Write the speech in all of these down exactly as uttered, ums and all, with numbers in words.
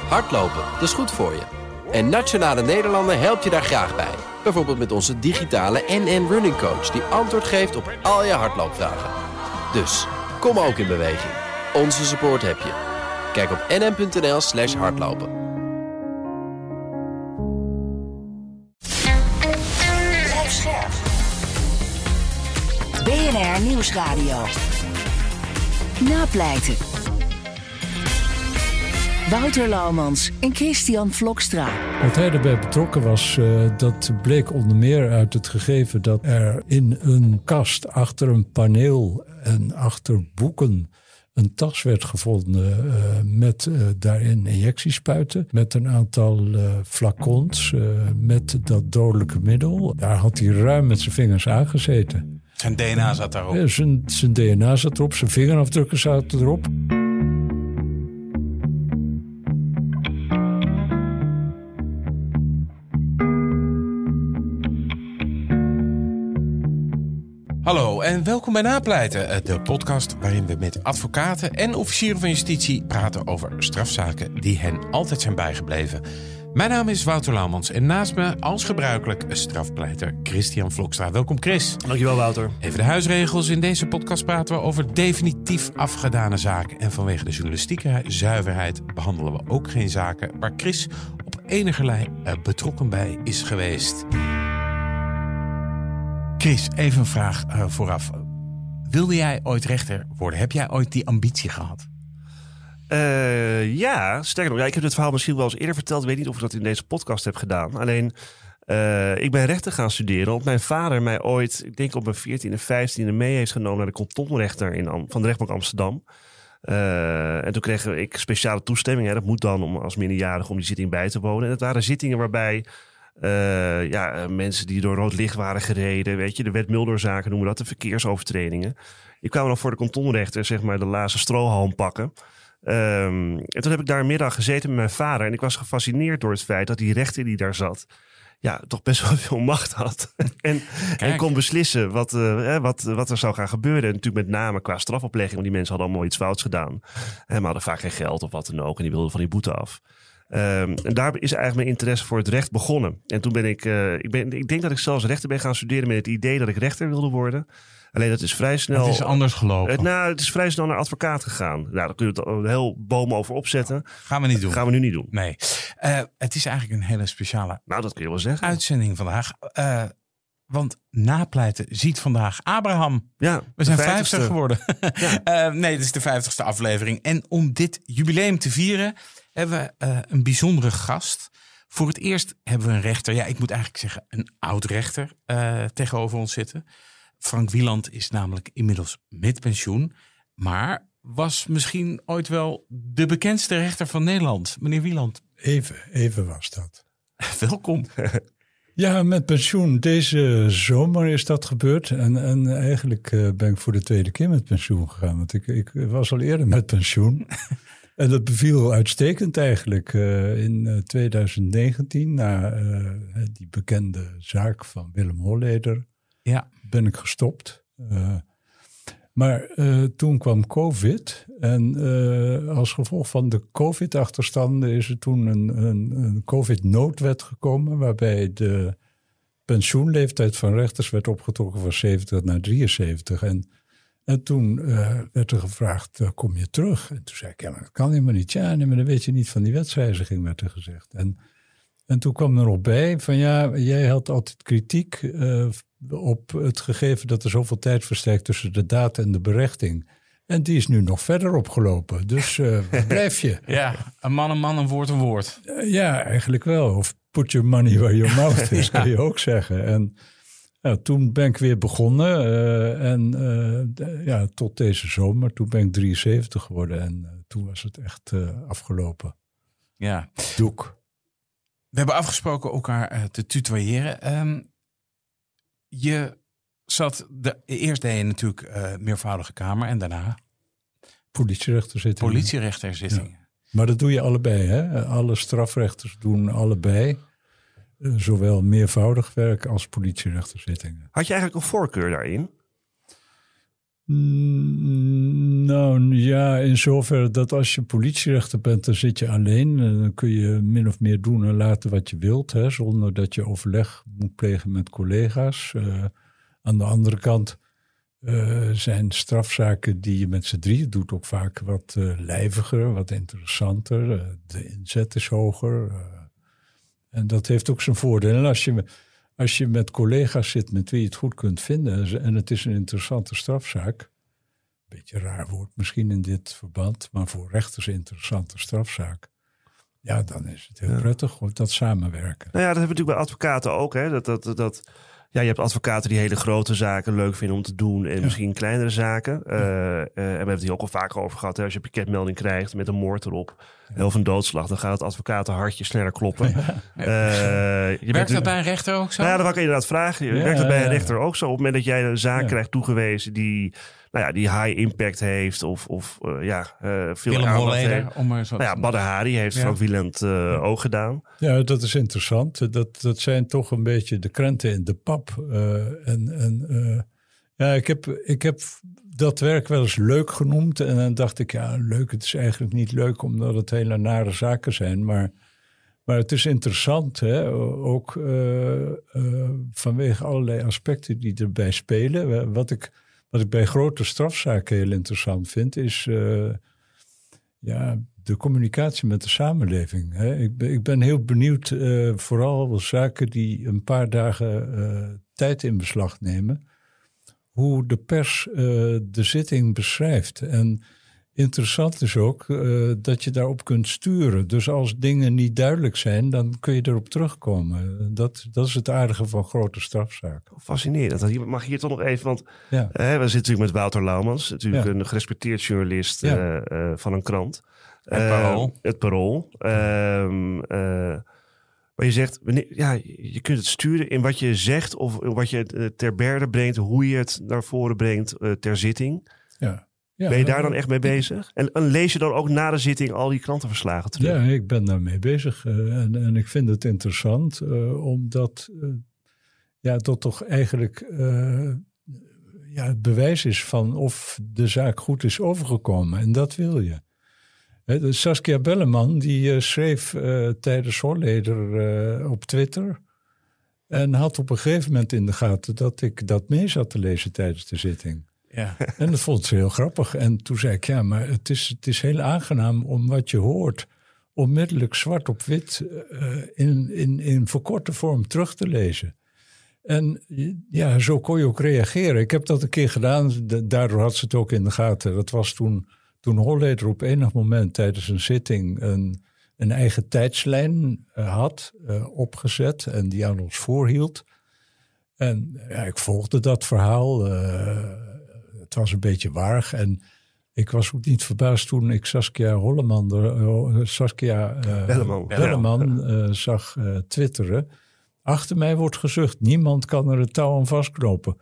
Hardlopen, dat is goed voor je. En Nationale Nederlanden helpt je daar graag bij. Bijvoorbeeld met onze digitale N N Running Coach... die antwoord geeft op al je hardloopvragen. Dus, kom ook in beweging. Onze support heb je. Kijk op nn.nl slash hardlopen. Blijf scherp. B N R Nieuwsradio. Napleiten. Wouter Laumans en Christian Vlokstra. Wat hij erbij betrokken was, uh, dat bleek onder meer uit het gegeven dat er in een kast achter een paneel en achter boeken een tas werd gevonden uh, met uh, daarin injectiespuiten. Met een aantal uh, flacons uh, met dat dodelijke middel. Daar had hij ruim met zijn vingers aangezeten. Zijn D N A zat daarop? Ja, zijn, zijn D N A zat erop, zijn vingerafdrukken zaten erop. Hallo en welkom bij Napleiten, de podcast waarin we met advocaten en officieren van justitie praten over strafzaken die hen altijd zijn bijgebleven. Mijn naam is Wouter Laumans en naast me als gebruikelijk strafpleiter Christian Vlokstra. Welkom Chris. Dankjewel Wouter. Even de huisregels. In deze podcast praten we over definitief afgedane zaken. En vanwege de journalistieke zuiverheid behandelen we ook geen zaken waar Chris op enigerlei betrokken bij is geweest. Chris, even een vraag uh, vooraf. Wilde jij ooit rechter worden? Heb jij ooit die ambitie gehad? Uh, ja, sterker nog. Ja, ik heb dit verhaal misschien wel eens eerder verteld. Ik weet niet of ik dat in deze podcast heb gedaan. Alleen, uh, ik ben rechten gaan studeren. Omdat mijn vader mij ooit, ik denk op mijn veertiende, vijftiende mee heeft genomen naar de kantonrechter in Am- van de rechtbank Amsterdam. Uh, en toen kreeg ik speciale toestemming. Hè. Dat moet dan om, als minderjarige om die zitting bij te wonen. En het waren zittingen waarbij Uh, ja, mensen die door rood licht waren gereden, weet je, de wet Mulderzaken noemen dat, de verkeersovertredingen. Die kwamen dan voor de kantonrechter, zeg maar, de laatste strohalm pakken. Um, en toen heb ik daar een middag gezeten met mijn vader en ik was gefascineerd door het feit dat die rechter die daar zat, ja, toch best wel veel macht had. en, en kon beslissen wat, uh, wat, wat er zou gaan gebeuren. En natuurlijk met name qua strafoplegging, want die mensen hadden allemaal iets fouts gedaan. En we hadden vaak geen geld of wat dan ook en die wilden van die boete af. Um, en daar is eigenlijk mijn interesse voor het recht begonnen. En toen ben ik, uh, ik, ben, ik denk dat ik zelfs rechter ben gaan studeren met het idee dat ik rechter wilde worden. Alleen dat is vrij snel. Het is anders gelopen. Uh, nou, het is vrij snel naar advocaat gegaan. Nou, daar kun je het een heel boom over opzetten. Gaan we niet doen. Gaan we nu niet doen. Nee. Uh, het is eigenlijk een hele speciale nou, dat kun je wel zeggen. uitzending vandaag. Uh, want Napleiten ziet vandaag Abraham. Ja, we zijn vijftigste vijftig geworden. Ja. uh, nee, dit is de vijftigste aflevering. En om dit jubileum te vieren hebben we uh, een bijzondere gast. Voor het eerst hebben we een rechter. Ja, ik moet eigenlijk zeggen een oud-rechter uh, tegenover ons zitten. Frank Wieland is namelijk inmiddels met pensioen. Maar was misschien ooit wel de bekendste rechter van Nederland. Meneer Wieland. Even, even was dat. Welkom. Ja, met pensioen. Deze zomer is dat gebeurd. En, en eigenlijk uh, ben ik voor de tweede keer met pensioen gegaan. Want ik, ik was al eerder met pensioen. En dat beviel uitstekend eigenlijk. Uh, in uh, twintig negentien, na uh, die bekende zaak van Willem Holleder, ja. ben ik gestopt. Uh, maar uh, toen kwam COVID. En uh, als gevolg van de COVID-achterstanden is er toen een, een, een COVID-noodwet gekomen, waarbij de pensioenleeftijd van rechters werd opgetrokken van zeventig naar drieënzeventig. En En toen uh, werd er gevraagd, uh, kom je terug? En toen zei ik, ja, maar dat kan helemaal niet. Ja, nee, maar dan weet je niet van die wetswijziging, werd er gezegd. En, en toen kwam er nog bij van, ja, jij had altijd kritiek uh, op het gegeven dat er zoveel tijd verstrijkt tussen de daad en de berechting. En die is nu nog verder opgelopen. Dus uh, blijf je. Ja, een man een man, een woord een woord. Uh, ja, eigenlijk wel. Of put your money where your mouth is, ja. Kan je ook zeggen. En ja, toen ben ik weer begonnen uh, en uh, ja, tot deze zomer. Toen ben ik drieënzeventig geworden en uh, toen was het echt uh, afgelopen. Ja. Doek. We hebben afgesproken elkaar uh, te tutoyeren. Um, je zat, de, eerst deed je natuurlijk uh, meervoudige kamer en daarna politierechterzittingen. Politierechterzittingen. Ja. Maar dat doe je allebei, hè? Alle strafrechters doen allebei. Uh, zowel meervoudig werk als politierechterzittingen. Had je eigenlijk een voorkeur daarin? Mm, nou ja, in zoverre dat als je politierechter bent, dan zit je alleen. En dan kun je min of meer doen en laten wat je wilt, hè, zonder dat je overleg moet plegen met collega's. Uh, aan de andere kant uh, zijn strafzaken die je met z'n drieën doet ook vaak wat uh, lijviger, wat interessanter. Uh, de inzet is hoger. Uh, en dat heeft ook zijn voordeel. En als je... Als je met collega's zit met wie je het goed kunt vinden en het is een interessante strafzaak, beetje een raar woord misschien in dit verband, maar voor rechters een interessante strafzaak, ja, dan is het heel ja. prettig om dat samenwerken. Nou ja, dat hebben we natuurlijk bij advocaten ook. Hè? Dat, dat, dat, ja, je hebt advocaten die hele grote zaken leuk vinden om te doen en ja. misschien kleinere zaken. Ja. Uh, uh, en we hebben het hier ook al vaker over gehad. Hè? Als je een pakketmelding krijgt met een moord erop, ja. of een doodslag, dan gaat het advocatenhartje sneller kloppen. Ja. Uh, je Werkt bent, dat bij een rechter ook zo? Nou ja, dat wil ik inderdaad vragen. Ja, Werkt dat bij een rechter ook zo? Op het moment dat jij een zaak ja. krijgt toegewezen die, nou ja, die high impact heeft of, of uh, ja, uh, veel Willem aandacht Holleder, heeft. om maar zo nou ja, Badr Hari heeft ja. Frank Wieland uh, ja. ook gedaan. Ja, dat is interessant. Dat, dat zijn toch een beetje de krenten in de pap. Uh, en en uh, ja, ik heb, ik heb dat werk wel eens leuk genoemd. En dan dacht ik, ja, leuk. Het is eigenlijk niet leuk omdat het hele nare zaken zijn. Maar, maar het is interessant, hè? Ook uh, uh, vanwege allerlei aspecten die erbij spelen. Wat ik, wat ik bij grote strafzaken heel interessant vind, is uh, ja, de communicatie met de samenleving. Hè? Ik, ben, ik ben heel benieuwd, uh, vooral zaken die een paar dagen uh, tijd in beslag nemen, hoe de pers uh, de zitting beschrijft. En interessant is ook uh, dat je daarop kunt sturen. Dus als dingen niet duidelijk zijn, dan kun je erop terugkomen. Dat, dat is het aardige van grote strafzaken. Fascinerend. Ik mag hier toch nog even, want ja. hè, we zitten natuurlijk met Wouter Laumans, natuurlijk ja. een gerespecteerd journalist ja. uh, uh, van een krant. Het Parool. Uh, het Parool. Um, uh, maar je zegt, ja, je kunt het sturen in wat je zegt of wat je ter berde brengt, hoe je het naar voren brengt uh, ter zitting. Ja. Ja, ben je daar dan echt mee bezig? En, en lees je dan ook na de zitting al die krantenverslagen terug? Ja, ik ben daarmee bezig. Uh, en, en ik vind het interessant, uh, omdat uh, ja, dat toch eigenlijk uh, ja, het bewijs is van of de zaak goed is overgekomen. En dat wil je. He, Saskia Belleman die uh, schreef uh, tijdens Holleder uh, op Twitter en had op een gegeven moment in de gaten dat ik dat mee zat te lezen tijdens de zitting. Ja. En dat vond ze heel grappig. En toen zei ik, ja, maar het is, het is heel aangenaam om wat je hoort onmiddellijk zwart op wit uh, in, in, in verkorte vorm terug te lezen. En ja, zo kon je ook reageren. Ik heb dat een keer gedaan, daardoor had ze het ook in de gaten. Dat was toen, toen Holleder op enig moment tijdens een zitting een, een eigen tijdslijn uh, had uh, opgezet en die aan ons voorhield. En ja, ik volgde dat verhaal. Uh, het was een beetje waag en ik was ook niet verbaasd toen ik Saskia Holleman, uh, Saskia uh, Belleman, Belleman uh, zag uh, twitteren. Achter mij wordt gezucht, niemand kan er het touw aan vastknopen.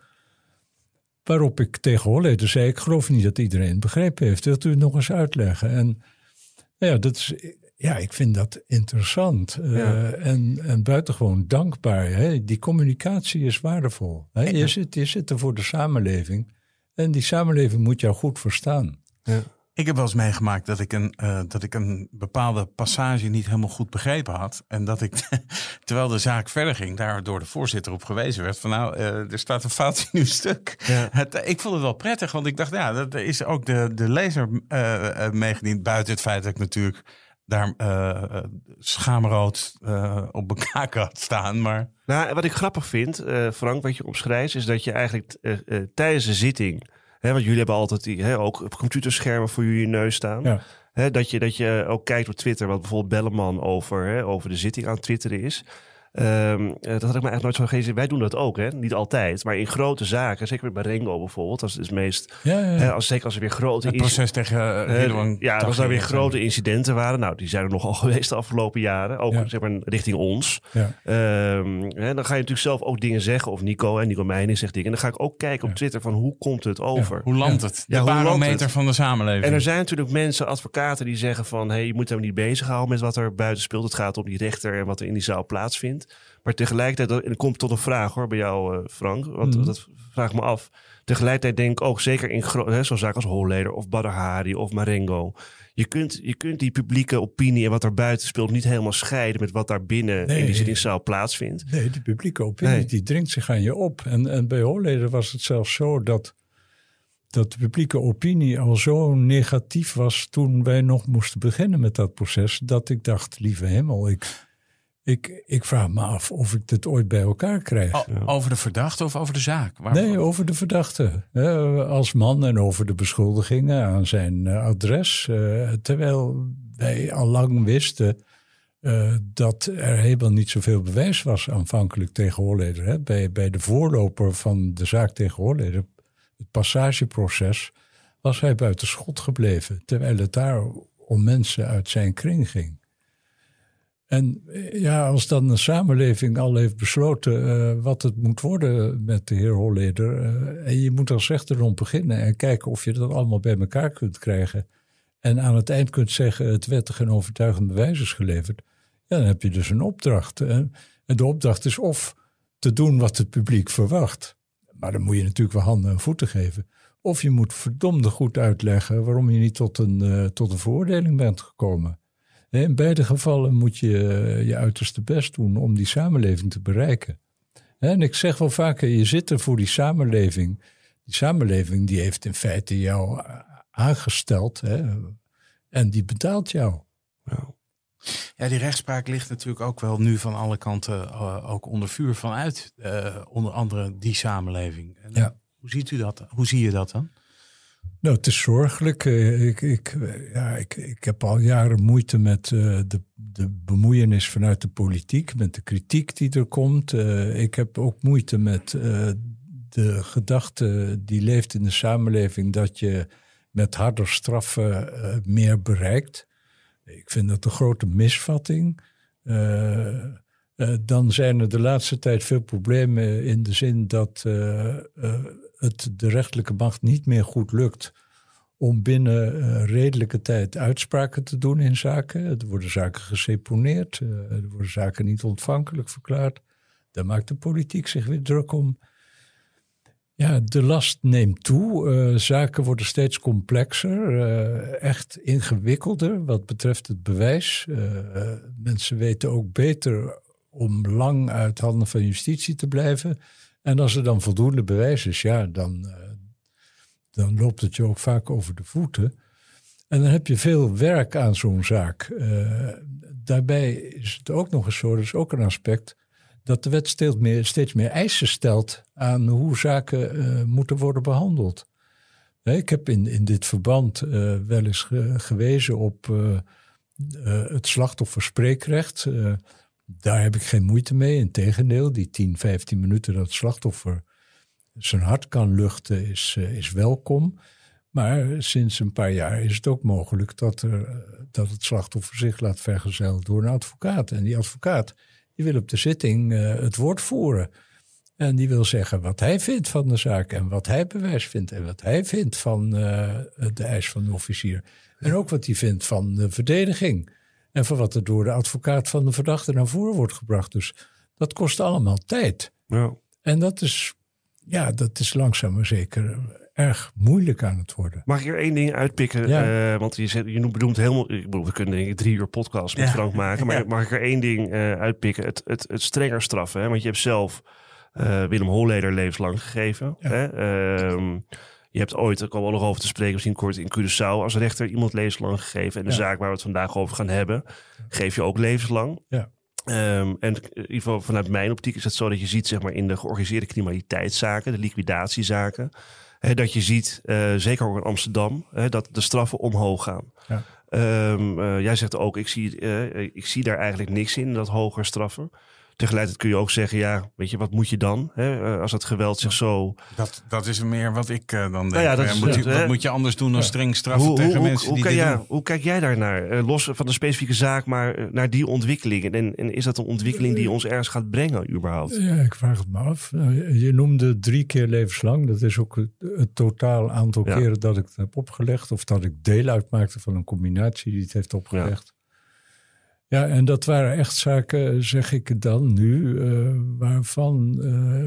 Waarop ik tegen Holleder zei, ik geloof niet dat iedereen het begrepen heeft. Wilt u het nog eens uitleggen? En nou ja, dat is, ja, ik vind dat interessant uh, ja. en, en buitengewoon dankbaar. Hè? Die communicatie is waardevol. Hè? Je, zit, je zit er voor de samenleving en die samenleving moet jou goed verstaan. Ja. Ik heb wel eens meegemaakt dat ik, een, uh, dat ik een bepaalde passage niet helemaal goed begrepen had. En dat ik, terwijl de zaak verder ging, daar door de voorzitter op gewezen werd. Van nou, uh, er staat een fout in uw stuk. Ja. Het, ik vond het wel prettig, want ik dacht, ja, dat is ook de, de lezer uh, uh, meegediend. Buiten het feit dat ik natuurlijk daar uh, schaamrood uh, op mijn kaken had staan. Maar... Nou, wat ik grappig vind, uh, Frank, wat je omschrijft, is dat je eigenlijk uh, uh, tijdens de zitting... He, want jullie hebben altijd die, he, ook computerschermen voor jullie neus staan. Ja. He, dat, je, dat je ook kijkt op Twitter wat bijvoorbeeld Belleman over, he, over de zitting aan het twitteren is. Um, dat had ik me eigenlijk nooit zo gegeven. Wij doen dat ook, hè? Niet altijd. Maar in grote zaken, zeker bij Rengo bijvoorbeeld. Dat is het meest, ja, ja, ja. He, als, zeker als er weer grote... Het proces inc- tegen uh, Ja, als er weer grote zijn. incidenten waren. Nou, die zijn er nogal geweest de afgelopen jaren. Ook ja. zeg maar, richting ons. Ja. Um, he, dan ga je natuurlijk zelf ook dingen zeggen. Of Nico en Nico Meijning zegt dingen. En dan ga ik ook kijken op Twitter van hoe komt het over? Ja. Hoe landt het? De ja, barometer van de samenleving. En er zijn natuurlijk mensen, advocaten, die zeggen van... Hey, je moet hem niet bezighouden met wat er buiten speelt. Het gaat om die rechter en wat er in die zaal plaatsvindt. vindt. Maar tegelijkertijd, en het komt tot een vraag hoor bij jou uh, Frank, want Mm. dat vraag ik me af. Tegelijkertijd denk ik ook, zeker in gro- hè, zo'n zaken als Holleder of Badr Hari of Marengo. Je kunt, je kunt die publieke opinie en wat er buiten speelt niet helemaal scheiden met wat daar binnen Nee. in die zittingszaal plaatsvindt. Nee, de publieke opinie Nee. die dringt zich aan je op. En, en bij Holleder was het zelfs zo dat, dat de publieke opinie al zo negatief was toen wij nog moesten beginnen met dat proces, dat ik dacht, lieve hemel, ik, ik, ik vraag me af of ik dit ooit bij elkaar krijg. O- over de verdachte of over de zaak? Waar- Nee, over de verdachte. Eh, als man en over de beschuldigingen aan zijn eh, adres. Eh, terwijl wij al lang wisten uh, dat er helemaal niet zoveel bewijs was aanvankelijk tegen Holleder. Hè. Bij, bij de voorloper van de zaak tegen Holleder, het passageproces, was hij buiten schot gebleven. Terwijl het daar om mensen uit zijn kring ging. En ja, als dan een samenleving al heeft besloten uh, wat het moet worden met de heer Holleder, Uh, en je moet als rechter erom beginnen en kijken of je dat allemaal bij elkaar kunt krijgen. En aan het eind kunt zeggen, het wettig en overtuigend bewijs is geleverd. Ja, dan heb je dus een opdracht. Hè? En de opdracht is of te doen wat het publiek verwacht. Maar dan moet je natuurlijk wel handen en voeten geven. Of je moet verdomde goed uitleggen waarom je niet tot een, uh, tot een veroordeling bent gekomen. In beide gevallen moet je je uiterste best doen om die samenleving te bereiken. En ik zeg wel vaker, je zit er voor die samenleving. Die samenleving die heeft in feite jou aangesteld, hè, en die betaalt jou. Ja. Ja, die rechtspraak ligt natuurlijk ook wel nu van alle kanten uh, ook onder vuur vanuit. Uh, onder andere die samenleving. En Ja. Hoe ziet u dat? Hoe zie je dat dan? Nou, het is zorgelijk. Ik, ik, ja, ik, ik heb al jaren moeite met uh, de, de bemoeienis vanuit de politiek, met de kritiek die er komt. Uh, ik heb ook moeite met uh, de gedachte die leeft in de samenleving dat je met harder straffen uh, meer bereikt. Ik vind dat een grote misvatting. Uh, uh, dan zijn er de laatste tijd veel problemen in de zin dat uh, uh, het de rechterlijke macht niet meer goed lukt om binnen uh, redelijke tijd uitspraken te doen in zaken. Er worden zaken geseponeerd, uh, er worden zaken niet ontvankelijk verklaard. Daar maakt de politiek zich weer druk om. Ja, de last neemt toe. Uh, zaken worden steeds complexer, uh, echt ingewikkelder wat betreft het bewijs. Uh, uh, mensen weten ook beter om lang uit handen van justitie te blijven. En als er dan voldoende bewijs is, ja, dan, uh, dan loopt het je ook vaak over de voeten. En dan heb je veel werk aan zo'n zaak. Uh, daarbij is het ook nog eens zo, dat is ook een aspect, dat de wet steeds meer, steeds meer eisen stelt aan hoe zaken uh, moeten worden behandeld. Nee, ik heb in, in dit verband uh, wel eens ge, gewezen op uh, uh, het slachtofferspreekrecht. Uh, daar heb ik geen moeite mee. Integendeel, die tien, vijftien minuten dat het slachtoffer zijn hart kan luchten is, uh, is welkom. Maar sinds een paar jaar is het ook mogelijk dat, er, dat het slachtoffer zich laat vergezellen door een advocaat. En die advocaat die wil op de zitting uh, het woord voeren. En die wil zeggen wat hij vindt van de zaak en wat hij bewijs vindt en wat hij vindt van uh, de eis van de officier. En ook wat hij vindt van de verdediging en van wat er door de advocaat van de verdachte naar voren wordt gebracht. Dus dat kost allemaal tijd. Ja. En dat is, ja, dat is langzaam maar zeker erg moeilijk aan het worden. Mag ik er één ding uitpikken? Ja. Uh, want je, zet, je noemt bedoelt helemaal... Ik bedoel, we kunnen denk ik drie uur podcast met Ja. Frank maken. Maar Ja. mag ik er één ding uh, uitpikken? Het, het, het strenger straffen. Hè? Want je hebt zelf uh, Willem Holleder levenslang gegeven. Ja. Hè? Um, je hebt ooit, daar komen we nog over te spreken, misschien kort in Curaçao, als rechter iemand levenslang gegeven. En de Ja. zaak waar we het vandaag over gaan hebben, geef je ook levenslang. Ja. Um, en in ieder geval vanuit mijn optiek is het zo dat je ziet, zeg maar, in de georganiseerde criminaliteitszaken, de liquidatiezaken, hè, dat je ziet, uh, zeker ook in Amsterdam, hè, dat de straffen omhoog gaan. Ja. Um, uh, jij zegt ook, ik zie, uh, ik zie daar eigenlijk niks in, dat hoger straffen. Tegelijkertijd kun je ook zeggen, ja, weet je, wat moet je dan? Hè? Als het geweld zich zo... Dat, dat is meer wat ik uh, dan denk. Nou ja, dat Uh, is moet het, je, hè? wat moet je anders doen dan Ja. streng straffen Hoe, tegen hoe, mensen hoe, die hoe, dit ja, doen? hoe kijk jij daarnaar? Uh, los van de specifieke zaak, maar uh, naar die ontwikkelingen. En, en is dat een ontwikkeling die ons ergens gaat brengen, überhaupt? Ja, ik vraag het me af. Nou, je noemde drie keer levenslang. Dat is ook het, het totaal aantal Ja. keren dat ik het heb opgelegd. Of dat ik deel uitmaakte van een combinatie die het heeft opgelegd. Ja, en dat waren echt zaken, zeg ik dan nu, uh, waarvan uh,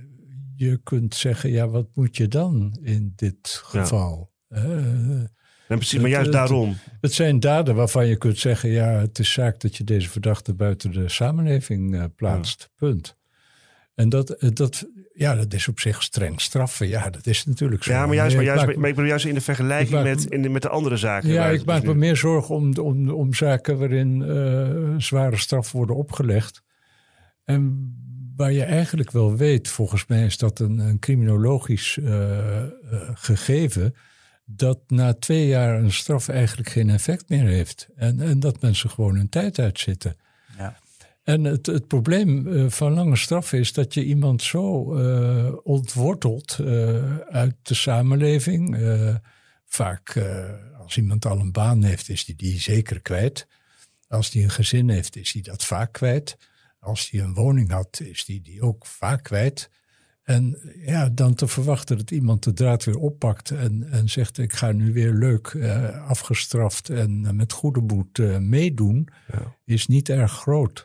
je kunt zeggen, ja, wat moet je dan in dit geval? Ja. Uh, ja, precies, maar juist het, daarom. Het, het zijn daden waarvan je kunt zeggen, ja, het is zaak dat je deze verdachte buiten de samenleving uh, plaatst, ja. Punt. En dat, dat, ja, dat is op zich streng straffen. Ja, dat is natuurlijk zo. Ja, maar juist, maar juist, maak, maar ik bedoel juist in de vergelijking maak, met, in de, met de andere zaken. Ja, ik maak dus me nu... meer zorgen om, om, om zaken waarin uh, zware straffen worden opgelegd. En waar je eigenlijk wel weet, volgens mij is dat een, een criminologisch uh, uh, gegeven, dat na twee jaar een straf eigenlijk geen effect meer heeft. En, en dat mensen gewoon hun tijd uitzitten. Ja. En het, het probleem uh, van lange straffen is dat je iemand zo uh, ontwortelt uh, uit de samenleving. Uh, vaak uh, als iemand al een baan heeft, is die die zeker kwijt. Als hij een gezin heeft, is hij dat vaak kwijt. Als hij een woning had, is hij die ook vaak kwijt. En ja, dan te verwachten dat iemand de draad weer oppakt en, en zegt, ik ga nu weer leuk uh, afgestraft en uh, met goede moed uh, meedoen, ja. is niet erg groot.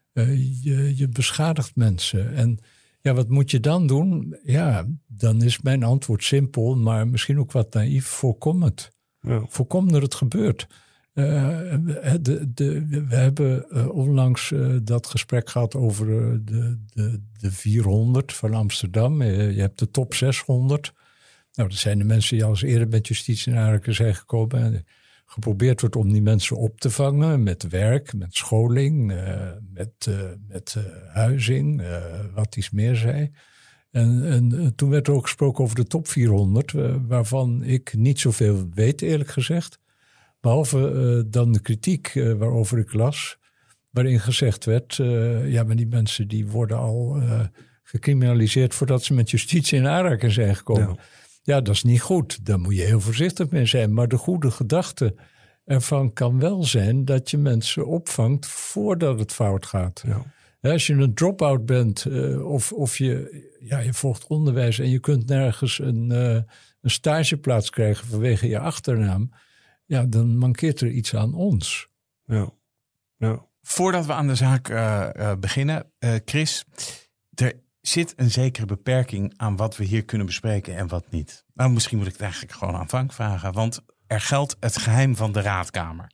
Uh, je, je beschadigt mensen. En ja, wat moet je dan doen? Ja, dan is mijn antwoord simpel, maar misschien ook wat naïef. Voorkom het. Ja. Voorkom dat het gebeurt. Uh, de, de, we hebben uh, onlangs uh, dat gesprek gehad over uh, de, de, de vierhonderd van Amsterdam. Uh, je hebt de top zeshonderd. Nou, dat zijn de mensen die al eens eerder met justitie in aanraking zijn gekomen. En geprobeerd wordt om die mensen op te vangen met werk, met scholing, uh, met, uh, met uh, huizing, uh, wat iets meer zei. En, en uh, toen werd er ook gesproken over de top vierhonderd, uh, waarvan ik niet zoveel weet, eerlijk gezegd. Behalve uh, dan de kritiek uh, waarover ik las, waarin gezegd werd, uh, ja, maar die mensen die worden al uh, gecriminaliseerd voordat ze met justitie in aanraking zijn gekomen. Ja. Ja, dat is niet goed. Daar moet je heel voorzichtig mee zijn. Maar de goede gedachte ervan kan wel zijn dat je mensen opvangt voordat het fout gaat. Ja. Als je een drop-out bent uh, of, of je, ja, je volgt onderwijs en je kunt nergens een, uh, een stageplaats krijgen vanwege je achternaam, ja, dan mankeert er iets aan ons. Ja. Ja. Voordat we aan de zaak uh, uh, beginnen, uh, Chris, er zit een zekere beperking aan wat we hier kunnen bespreken en wat niet. Nou, misschien moet ik het eigenlijk gewoon aan Frank vragen, want er geldt het geheim van de raadkamer.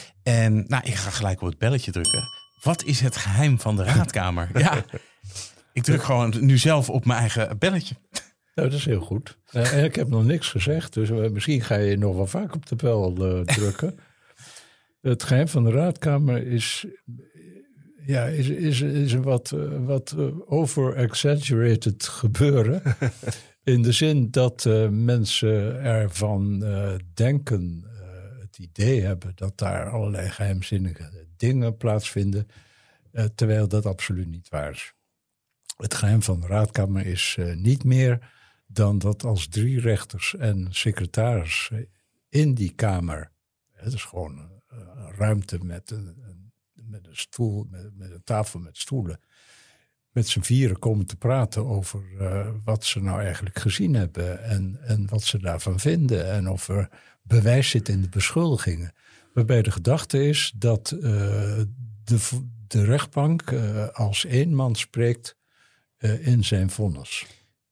En nou, ik ga gelijk op het belletje drukken. Wat is het geheim van de raadkamer? Ja, ik druk gewoon nu zelf op mijn eigen belletje. Nou, dat is heel goed. Uh, en ik heb nog niks gezegd, dus uh, misschien ga je nog wel vaak op de bel uh, drukken. Het geheim van de raadkamer is, ja, is, is, is een wat, uh, wat uh, over-exaggerated gebeuren. In de zin dat uh, mensen ervan uh, denken, uh, het idee hebben dat daar allerlei geheimzinnige dingen plaatsvinden, uh, terwijl dat absoluut niet waar is. Het geheim van de raadkamer is uh, niet meer dan dat als drie rechters en secretaris in die kamer, het is gewoon een, een ruimte met een, een, met een stoel, met, met een tafel met stoelen, met z'n vieren komen te praten over uh, wat ze nou eigenlijk gezien hebben en, en wat ze daarvan vinden en of er bewijs zit in de beschuldigingen. Waarbij de gedachte is dat uh, de, de rechtbank uh, als één man spreekt uh, in zijn vonnis.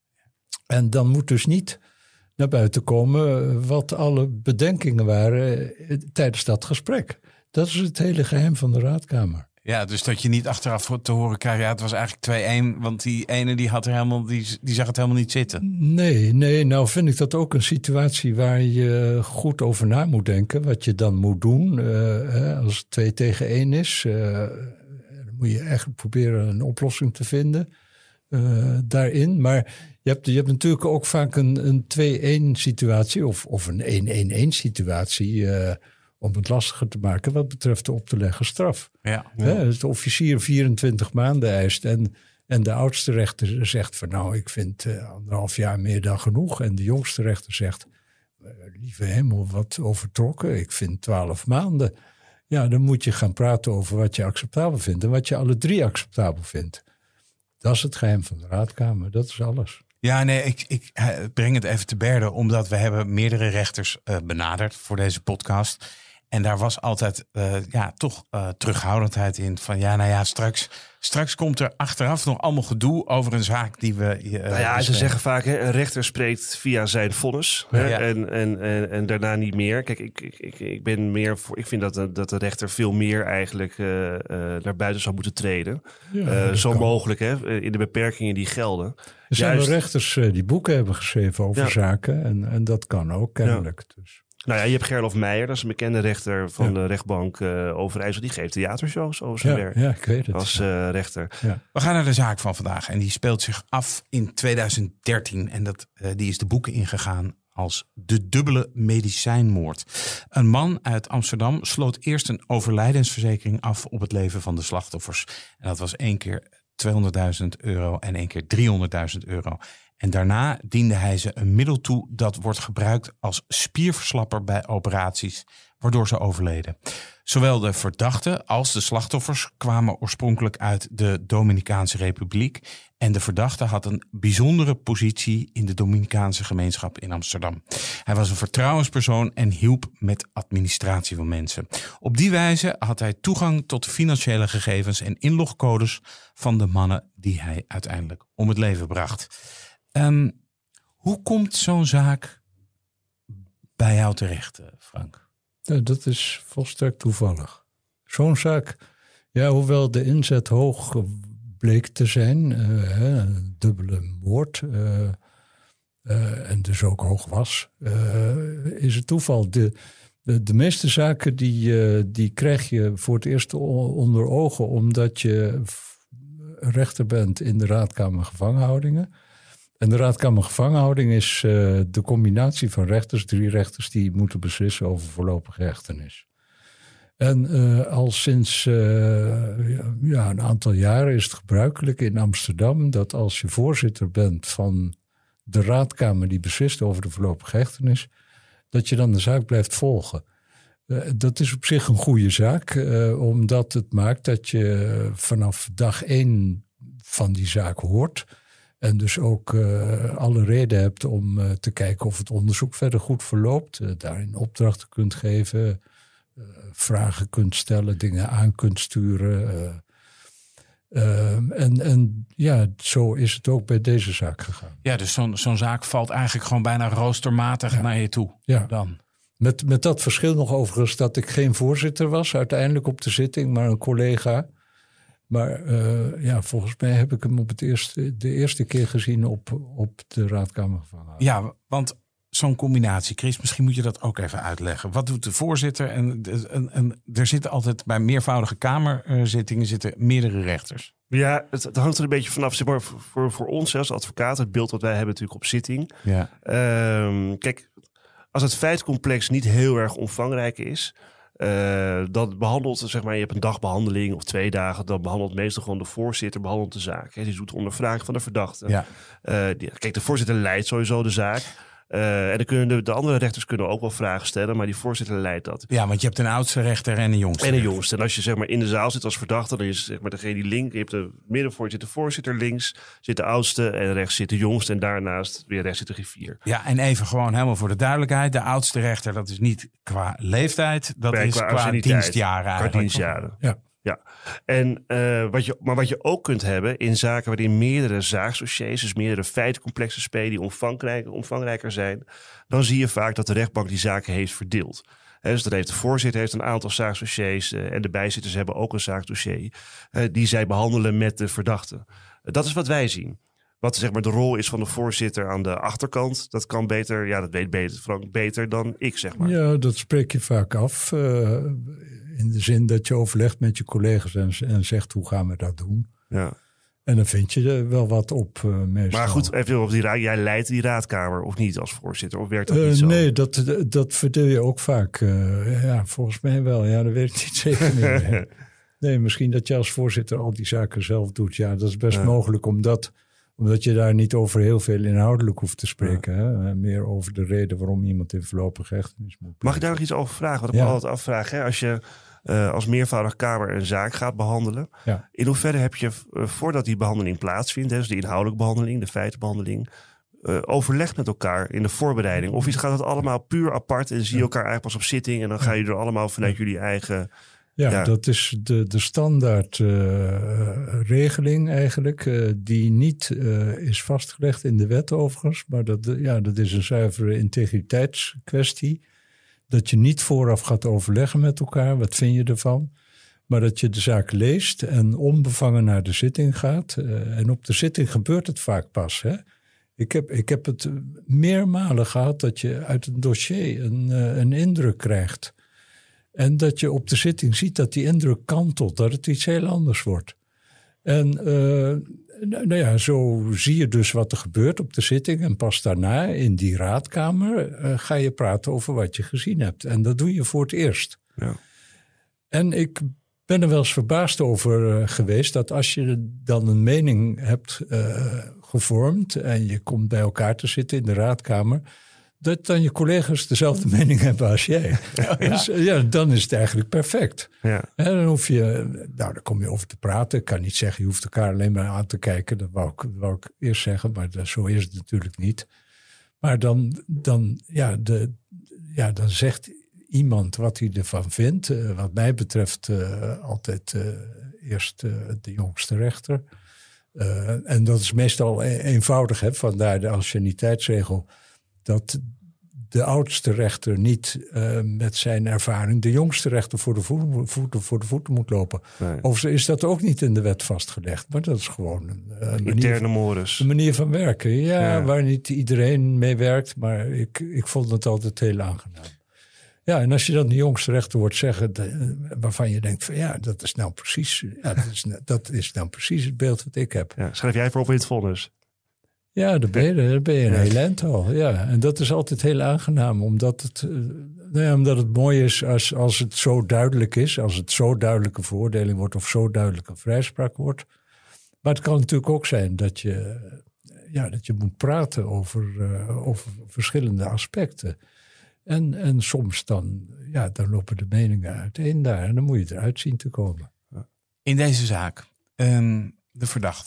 En dan moet dus niet naar buiten komen wat alle bedenkingen waren tijdens dat gesprek. Dat is het hele geheim van de raadkamer. Ja, dus dat je niet achteraf te horen krijgt, ja, het was eigenlijk twee-een, want die ene die had er helemaal, die, die zag het helemaal niet zitten. Nee, nee, nou vind ik dat ook een situatie waar je goed over na moet denken, wat je dan moet doen uh, als het twee tegen één is. Uh, dan moet je echt proberen een oplossing te vinden uh, daarin. Maar je hebt, je hebt natuurlijk ook vaak een, een twee-één situatie of, of een één-één-één situatie, uh, om het lastiger te maken wat betreft de op te leggen straf. Ja. Ja. He, als de officier vierentwintig maanden eist en, en de oudste rechter zegt van nou, ik vind uh, anderhalf jaar meer dan genoeg. En de jongste rechter zegt, uh, lieve hemel, wat overtrokken, ik vind twaalf maanden. Ja, dan moet je gaan praten over wat je acceptabel vindt en wat je alle drie acceptabel vindt. Dat is het geheim van de raadkamer, dat is alles. Ja, nee, ik, ik breng het even te berde, omdat we hebben meerdere rechters uh, benaderd voor deze podcast. En daar was altijd uh, ja, toch uh, terughoudendheid in. Van ja, nou ja, straks, straks komt er achteraf nog allemaal gedoe over een zaak die we... Uh, nou ja, ze zeggen vaak, hè, een rechter spreekt via zijn vonnis. Hè, ja. en, en, en, en daarna niet meer. Kijk, ik, ik, ik, ik ben meer voor. Ik vind dat de, dat de rechter veel meer eigenlijk uh, uh, naar buiten zou moeten treden. Ja, uh, zo kan. mogelijk, hè, in de beperkingen die gelden. Er zijn Juist, wel rechters uh, die boeken hebben geschreven over ja. zaken. En, en dat kan ook kennelijk. Ja. Dus. Nou ja, je hebt Gerlof Meijer, dat is een bekende rechter van ja. de rechtbank uh, Overijssel. Die geeft theatershows over zijn ja, werk ja, ik weet het. als uh, rechter. Ja. We gaan naar de zaak van vandaag en die speelt zich af in tweeduizend dertien. En dat, uh, die is de boeken ingegaan als de dubbele medicijnmoord. Een man uit Amsterdam sloot eerst een overlijdensverzekering af op het leven van de slachtoffers. En dat was één keer tweehonderdduizend euro en één keer driehonderdduizend euro. En daarna diende hij ze een middel toe dat wordt gebruikt als spierverslapper bij operaties, waardoor ze overleden. Zowel de verdachten als de slachtoffers kwamen oorspronkelijk uit de Dominicaanse Republiek. En de verdachte had een bijzondere positie in de Dominicaanse gemeenschap in Amsterdam. Hij was een vertrouwenspersoon en hielp met administratie van mensen. Op die wijze had hij toegang tot de financiële gegevens en inlogcodes van de mannen die hij uiteindelijk om het leven bracht. Um, hoe komt zo'n zaak bij jou terecht, Frank? Ja, dat is volstrekt toevallig. Zo'n zaak, ja, hoewel de inzet hoog bleek te zijn, uh, een dubbele moord, uh, uh, en dus ook hoog was, uh, is het toeval. De, de, de meeste zaken die, uh, die krijg je voor het eerst onder ogen omdat je rechter bent in de Raadkamer Gevangenhoudingen. En de Raadkamer Gevangenhouding is uh, de combinatie van rechters, drie rechters die moeten beslissen over voorlopige hechtenis. En uh, al sinds uh, ja, een aantal jaren is het gebruikelijk in Amsterdam dat als je voorzitter bent van de Raadkamer die beslist over de voorlopige hechtenis, dat je dan de zaak blijft volgen. Uh, dat is op zich een goede zaak, uh, omdat het maakt dat je vanaf dag één van die zaak hoort. En dus ook uh, alle reden hebt om uh, te kijken of het onderzoek verder goed verloopt. Uh, daarin opdrachten kunt geven, uh, vragen kunt stellen, dingen aan kunt sturen. Uh, uh, en, en ja, zo is het ook bij deze zaak gegaan. Ja, dus zo'n, zo'n zaak valt eigenlijk gewoon bijna roostermatig ja. naar je toe. Ja. Dan. Met, met dat verschil nog overigens dat ik geen voorzitter was uiteindelijk op de zitting, maar een collega. Maar uh, ja, volgens mij heb ik hem op het eerste, de eerste keer gezien op, op de Raadkamer Gevangenhouding. Ja, want zo'n combinatie, Chris, misschien moet je dat ook even uitleggen. Wat doet de voorzitter? En, en, en er zitten altijd bij meervoudige kamerzittingen zitten meerdere rechters. Ja, het, het hangt er een beetje vanaf. Zeg maar, voor, voor ons als advocaat, het beeld dat wij hebben natuurlijk op zitting. Ja. Um, kijk, als het feitcomplex niet heel erg omvangrijk is, Uh, dat behandelt, zeg maar, je hebt een dagbehandeling of twee dagen, dan behandelt meestal gewoon de voorzitter behandelt de zaak. Hè. Die doet ondervraging van de verdachte. Ja. Uh, die, kijk, de voorzitter leidt sowieso de zaak. Uh, en dan kunnen de, de andere rechters kunnen ook wel vragen stellen, maar die voorzitter leidt dat. Ja, want je hebt een oudste rechter en een jongste. En een jongste. En als je zeg maar in de zaal zit als verdachte, dan is zeg maar degene die link. Je hebt de middenvoorzitter, de voorzitter links, zit de oudste en rechts zit de jongste en daarnaast weer rechts zit de griffier. Ja, en even gewoon helemaal voor de duidelijkheid, de oudste rechter, dat is niet qua leeftijd, dat bij, is qua, qua dienstjaren eigenlijk. Qua dienstjaren. Ja. Ja, en, uh, wat je, maar wat je ook kunt hebben in zaken waarin meerdere zaaksdossiers, dus meerdere feitencomplexen spelen die omvangrijker, omvangrijker zijn, dan zie je vaak dat de rechtbank die zaken heeft verdeeld. He, dus dat heeft de voorzitter heeft een aantal zaaksdossiers uh, en de bijzitters hebben ook een zaaksdossier uh, die zij behandelen met de verdachte. Uh, dat is wat wij zien. Wat zeg maar de rol is van de voorzitter aan de achterkant, dat kan beter, ja, dat weet beter, Frank, beter dan ik, zeg maar. Ja, dat spreek je vaak af. Uh, in de zin dat je overlegt met je collega's en, en zegt hoe gaan we dat doen. Ja. En dan vind je er wel wat op uh, meestal. Maar goed, even op die raad, jij leidt die raadkamer of niet als voorzitter? Of werkt dat uh, niet zo? Nee, dat, dat verdeel je ook vaak. Uh, ja, volgens mij wel. Ja, dat weet ik niet zeker meer. Nee, misschien dat je als voorzitter al die zaken zelf doet. Ja, dat is best ja. mogelijk omdat... Omdat je daar niet over heel veel inhoudelijk hoeft te spreken. Ja. Hè? Meer over de reden waarom iemand in voorlopige hechtenis moet. Mag ik daar nog iets over vragen? Wat ik ja. me altijd afvraag. Hè? Als je uh, als meervoudig kamer een zaak gaat behandelen. Ja. In hoeverre heb je, uh, voordat die behandeling plaatsvindt, hè, dus de inhoudelijke behandeling, de feitenbehandeling. uh, overlegt met elkaar in de voorbereiding? Of is, gaat het allemaal puur apart en zie je elkaar eigenlijk pas op zitting en dan gaan jullie er allemaal vanuit jullie eigen... Ja, ja. dat is de, de standaard uh, regeling eigenlijk, uh, die niet uh, is vastgelegd in de wet overigens. Maar dat, ja, dat is een zuivere integriteitskwestie. Dat je niet vooraf gaat overleggen met elkaar, wat vind je ervan? Maar dat je de zaak leest en onbevangen naar de zitting gaat. Uh, en op de zitting gebeurt het vaak pas. Hè? Ik, heb, ik heb het meermalen gehad dat je uit een dossier een, uh, een indruk krijgt. En dat je op de zitting ziet dat die indruk kantelt, dat het iets heel anders wordt. En uh, nou ja, zo zie je dus wat er gebeurt op de zitting. En pas daarna in die raadkamer uh, ga je praten over wat je gezien hebt. En dat doe je voor het eerst. Ja. En ik ben er wel eens verbaasd over uh, geweest dat als je dan een mening hebt uh, gevormd en je komt bij elkaar te zitten in de raadkamer, dat dan je collega's dezelfde mening hebben als jij. Oh, ja. Dus ja, dan is het eigenlijk perfect. Ja. En dan hoef je, nou, daar kom je over te praten. Ik kan niet zeggen, je hoeft elkaar alleen maar aan te kijken. Dat wou ik, dat wou ik eerst zeggen, maar dat, zo is het natuurlijk niet. Maar dan, dan, ja, de, ja, dan zegt iemand wat hij ervan vindt. Uh, wat mij betreft uh, altijd uh, eerst uh, de jongste rechter. Uh, en dat is meestal e- eenvoudig, hè, vandaar de anciëniteitsregel, dat de oudste rechter niet uh, met zijn ervaring de jongste rechter voor de voeten, voeten, voor de voeten moet lopen. Nee. Overigens is dat ook niet in de wet vastgelegd, maar dat is gewoon een, een, interne modus. Een manier van werken. Ja, ja, waar niet iedereen mee werkt, maar ik, ik vond het altijd heel aangenaam. Ja, en als je dan de jongste rechter hoort zeggen, de, waarvan je denkt van ja, dat is nou precies, ja, dat is, dat is nou precies het beeld wat ik heb. Ja, schrijf jij voorop in het vonnis? Ja, daar ben je, daar ben je een heel eind al. Ja. En dat is altijd heel aangenaam, omdat het, nou ja, omdat het mooi is als, als het zo duidelijk is, als het zo duidelijke veroordeling wordt of zo duidelijke vrijspraak wordt. Maar het kan natuurlijk ook zijn dat je, ja, dat je moet praten over, uh, over verschillende aspecten. En, en soms dan, ja, dan lopen de meningen uiteen daar en dan moet je eruit zien te komen. In deze zaak, um, de verdachte.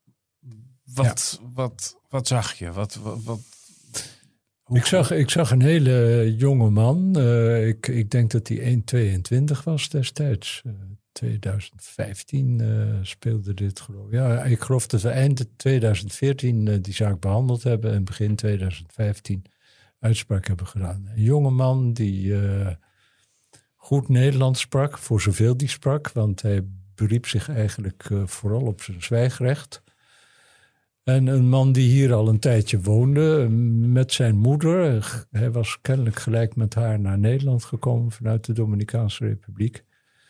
Wat, ja. wat, wat zag je? Wat, wat, wat, ik, zag, ik zag een hele jonge man. Uh, ik, ik denk dat hij één komma tweeëntwintig was destijds. Uh, twintig vijftien uh, speelde dit geloof ik. Ja, ik geloof dat we eind twintig veertien uh, die zaak behandeld hebben en begin twintig vijftien uitspraak hebben gedaan. Een jonge man die uh, goed Nederlands sprak, voor zoveel die sprak, want hij beriep zich eigenlijk uh, vooral op zijn zwijgrecht. En een man die hier al een tijdje woonde met zijn moeder. Hij was kennelijk gelijk met haar naar Nederland gekomen vanuit de Dominicaanse Republiek.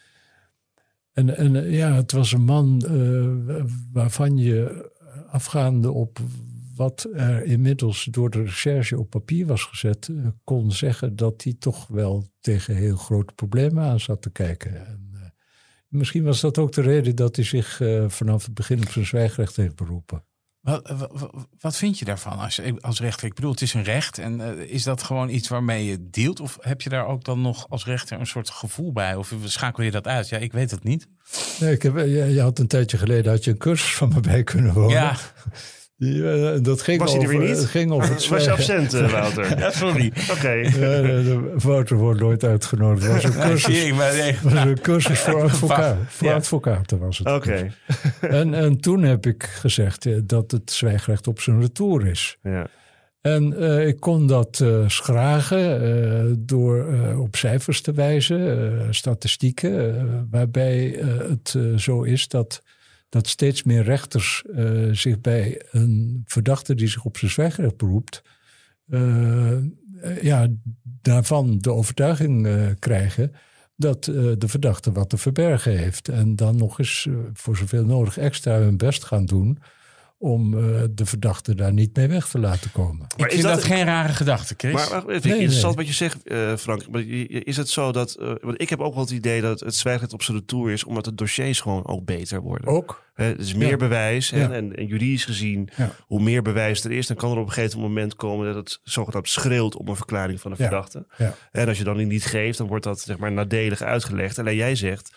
En, en ja, het was een man uh, waarvan je afgaande op wat er inmiddels door de recherche op papier was gezet, uh, kon zeggen dat hij toch wel tegen heel grote problemen aan zat te kijken. En, uh, misschien was dat ook de reden dat hij zich uh, vanaf het begin op zijn zwijgrecht heeft beroepen. Wat, wat, wat vind je daarvan als, als rechter? Ik bedoel, het is een recht. En uh, is dat gewoon iets waarmee je dealt? Of heb je daar ook dan nog als rechter een soort gevoel bij? Of schakel je dat uit? Ja, ik weet het niet. Nee, ik heb, je, je had een tijdje geleden had je een cursus van me bij kunnen wonen. Ja. Die, uh, dat ging was hij over, er weer niet? Het ging over het was je absent, uh, Wouter? Ja, sorry. Oké. Okay. Ja, Wouter wordt nooit uitgenodigd. Het was een cursus, ja, nee, was een cursus voor, advocaat, voor ja. advocaten. Was het. Oké. Okay. En, en toen heb ik gezegd uh, dat het zwijgrecht op zijn retour is. Ja. En uh, ik kon dat uh, schragen uh, door uh, op cijfers te wijzen, uh, statistieken, uh, waarbij uh, het uh, zo is dat... dat steeds meer rechters uh, zich bij een verdachte die zich op zijn zwijgrecht beroept, Uh, ja, daarvan de overtuiging uh, krijgen dat uh, de verdachte wat te verbergen heeft. En dan nog eens uh, voor zoveel nodig extra hun best gaan doen om uh, de verdachte daar niet mee weg te laten komen. Maar ik vind dat, dat geen rare gedachte, Chris. Maar, maar vind ik nee, interessant nee. wat je zegt, uh, Frank. Maar is het zo dat... Uh, want ik heb ook wel het idee dat het zwijgrecht op zijn retour is, omdat de dossiers gewoon ook beter worden. Ook. He, het is meer ja. bewijs. Ja. En, en, en juridisch gezien, ja. hoe meer bewijs er is, dan kan er op een gegeven moment komen dat het zogenaamd schreeuwt om een verklaring van de verdachte. Ja. Ja. En als je dan die niet geeft, dan wordt dat zeg maar nadelig uitgelegd. Alleen jij zegt...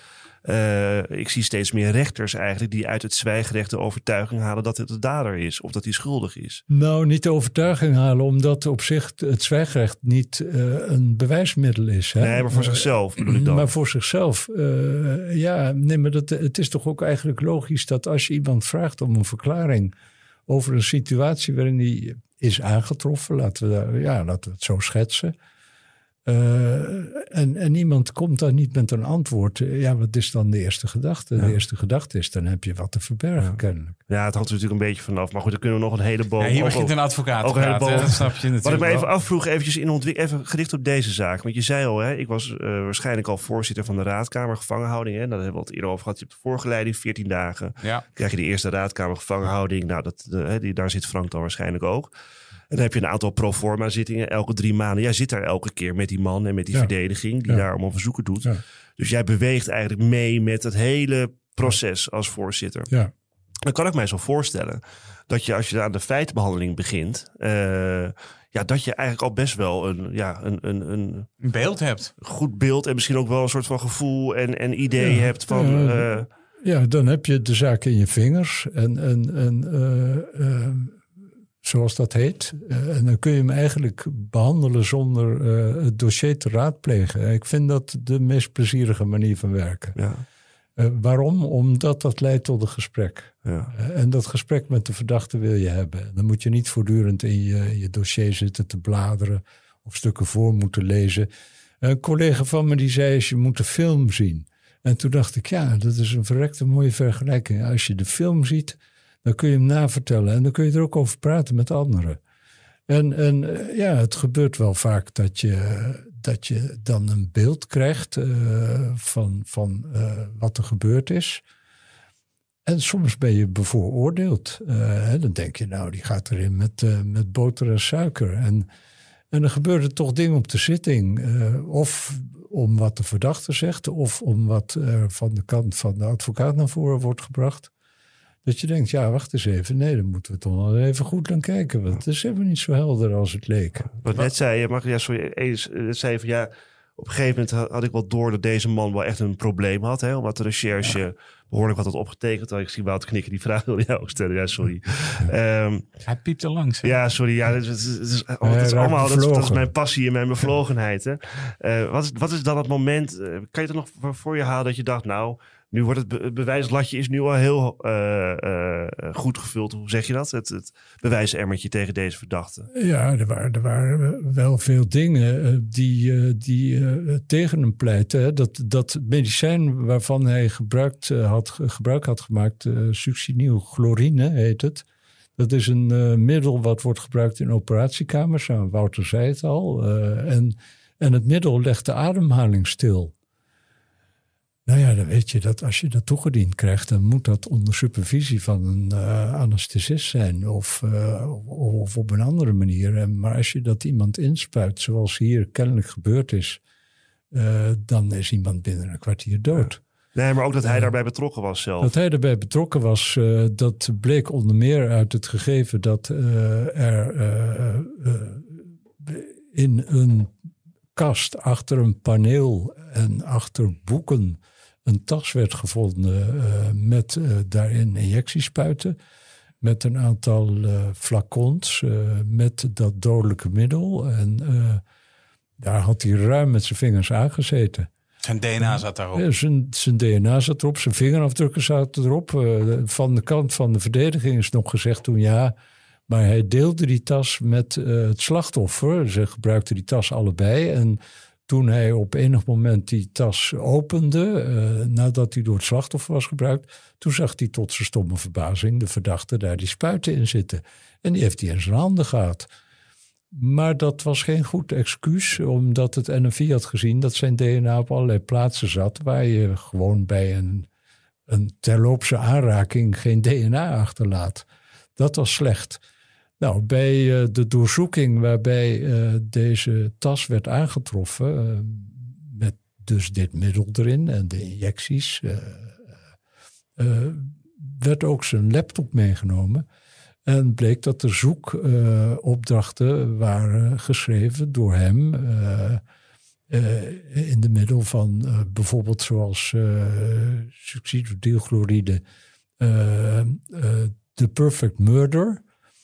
Uh, ik zie steeds meer rechters eigenlijk die uit het zwijgrecht de overtuiging halen dat het de dader is of dat hij schuldig is. Nou, niet de overtuiging halen, omdat op zich het zwijgrecht niet uh, een bewijsmiddel is. Hè? Nee, maar voor uh, zichzelf bedoel ik dan. Maar voor zichzelf, uh, ja, nee, maar dat, het is toch ook eigenlijk logisch dat als je iemand vraagt om een verklaring over een situatie waarin hij is aangetroffen, laten we, daar, ja, laten we het zo schetsen. Uh, en, en iemand komt dan niet met een antwoord. Ja, wat is dan de eerste gedachte? Ja. De eerste gedachte is, dan heb je wat te verbergen, ja. kennelijk. Ja, het hangt er natuurlijk een beetje vanaf. Maar goed, dan kunnen we nog een heleboel... Ja, hier begint een advocaat te praten, dat snap je natuurlijk. Wat ik me even afvroeg, eventjes in ontwik- even gericht op deze zaak. Want je zei al, hè, ik was uh, waarschijnlijk al voorzitter van de raadkamer gevangenhouding. Hè. Daar hebben we het eerder over gehad. Je hebt de voorgeleiding, veertien dagen. Ja. Krijg je de eerste raadkamer gevangenhouding. Nou, dat, uh, die, daar zit Frank dan waarschijnlijk ook. En dan heb je een aantal proforma zittingen elke drie maanden. Jij zit daar elke keer met die man en met die ja. verdediging die ja. daar allemaal verzoeken doet. Ja. Dus jij beweegt eigenlijk mee met het hele proces als voorzitter. Ja. Dan kan ik mij zo voorstellen dat je als je aan de feitenbehandeling begint, Uh, ja, dat je eigenlijk al best wel een, ja, een, een, een, een beeld hebt. Goed beeld en misschien ook wel een soort van gevoel en, en idee ja. hebt van... Uh, uh, ja, dan heb je de zaak in je vingers en... en, en uh, uh, zoals dat heet. Uh, en dan kun je hem eigenlijk behandelen zonder uh, het dossier te raadplegen. Ik vind dat de meest plezierige manier van werken. Ja. Uh, waarom? Omdat dat leidt tot een gesprek. Ja. Uh, en dat gesprek met de verdachte wil je hebben. Dan moet je niet voortdurend in je, je dossier zitten te bladeren of stukken voor moeten lezen. Een collega van me die zei, je moet de film zien. En toen dacht ik, ja, dat is een verrekte mooie vergelijking. Als je de film ziet, dan kun je hem navertellen. En dan kun je er ook over praten met anderen. En, en ja, het gebeurt wel vaak dat je, dat je dan een beeld krijgt uh, van, van uh, wat er gebeurd is. En soms ben je bevooroordeeld. Uh, hè, dan denk je, nou, die gaat erin met, uh, met boter en suiker. En, en dan gebeuren toch dingen op de zitting. Uh, of om wat de verdachte zegt, of om wat uh, van de kant van de advocaat naar voren wordt gebracht. Dat je denkt, ja, wacht eens even. Nee, dan moeten we toch wel even goed naar kijken. Want het is helemaal niet zo helder als het leek. Wat net zei je, mag ja, sorry, eens, net zei je van ja, op een gegeven moment had ik wel door dat deze man wel echt een probleem had. Hè, omdat de recherche ja. behoorlijk wat had opgetekend. Ik zie Wouter knikken, die vraag wilde jou ook stellen. Ja, sorry. Um, Hij piept er langs. Hè? Ja, sorry. Ja, het is, het is, het is, het is allemaal, dat, dat is mijn passie en mijn bevlogenheid. Hè. Uh, wat, is, wat is dan het moment, uh, kan je het nog voor, voor je halen dat je dacht, nou, nu wordt het, be- het bewijslatje is nu al heel uh, uh, goed gevuld. Hoe zeg je dat? Het, het bewijsemmertje tegen deze verdachte. Ja, er waren, er waren wel veel dingen uh, die, uh, die uh, tegen hem pleiten. Dat, dat medicijn waarvan hij gebruikt, uh, had, gebruik had gemaakt, uh, succinylchlorine heet het. Dat is een uh, middel wat wordt gebruikt in operatiekamers. Nou, Wouter zei het al. Uh, en, en het middel legt de ademhaling stil. Nou ja, dan weet je dat als je dat toegediend krijgt, dan moet dat onder supervisie van een uh, anesthesist zijn of, uh, of op een andere manier. En, maar als je dat iemand inspuit, zoals hier kennelijk gebeurd is, uh, dan is iemand binnen een kwartier dood. Ja. Nee, maar ook dat hij uh, daarbij betrokken was zelf. Dat hij daarbij betrokken was, uh, dat bleek onder meer uit het gegeven dat uh, er uh, uh, in een kast achter een paneel en achter boeken een tas werd gevonden uh, met uh, daarin injectiespuiten. Met een aantal uh, flacons uh, met dat dodelijke middel. En uh, daar had hij ruim met zijn vingers aangezeten. Zijn D N A zat daarop? Ja, zijn, zijn D N A zat erop, zijn vingerafdrukken zaten erop. Uh, van de kant van de verdediging is nog gezegd toen ja, maar hij deelde die tas met uh, het slachtoffer. Ze gebruikten die tas allebei. En toen hij op enig moment die tas opende, uh, nadat hij door het slachtoffer was gebruikt, toen zag hij tot zijn stomme verbazing de verdachte daar die spuiten in zitten. En die heeft hij in zijn handen gehad. Maar dat was geen goed excuus, omdat het N F I had gezien dat zijn D N A op allerlei plaatsen zat, waar je gewoon bij een, een terloopse aanraking geen D N A achterlaat. Dat was slecht. Nou, bij uh, de doorzoeking waarbij uh, deze tas werd aangetroffen, uh, met dus dit middel erin en de injecties, uh, uh, werd ook zijn laptop meegenomen. En bleek dat de zoekopdrachten uh, waren geschreven door hem uh, Uh, in de middel van uh, bijvoorbeeld zoals uh, succinyldeelchloride, uh, uh, The Perfect Murder.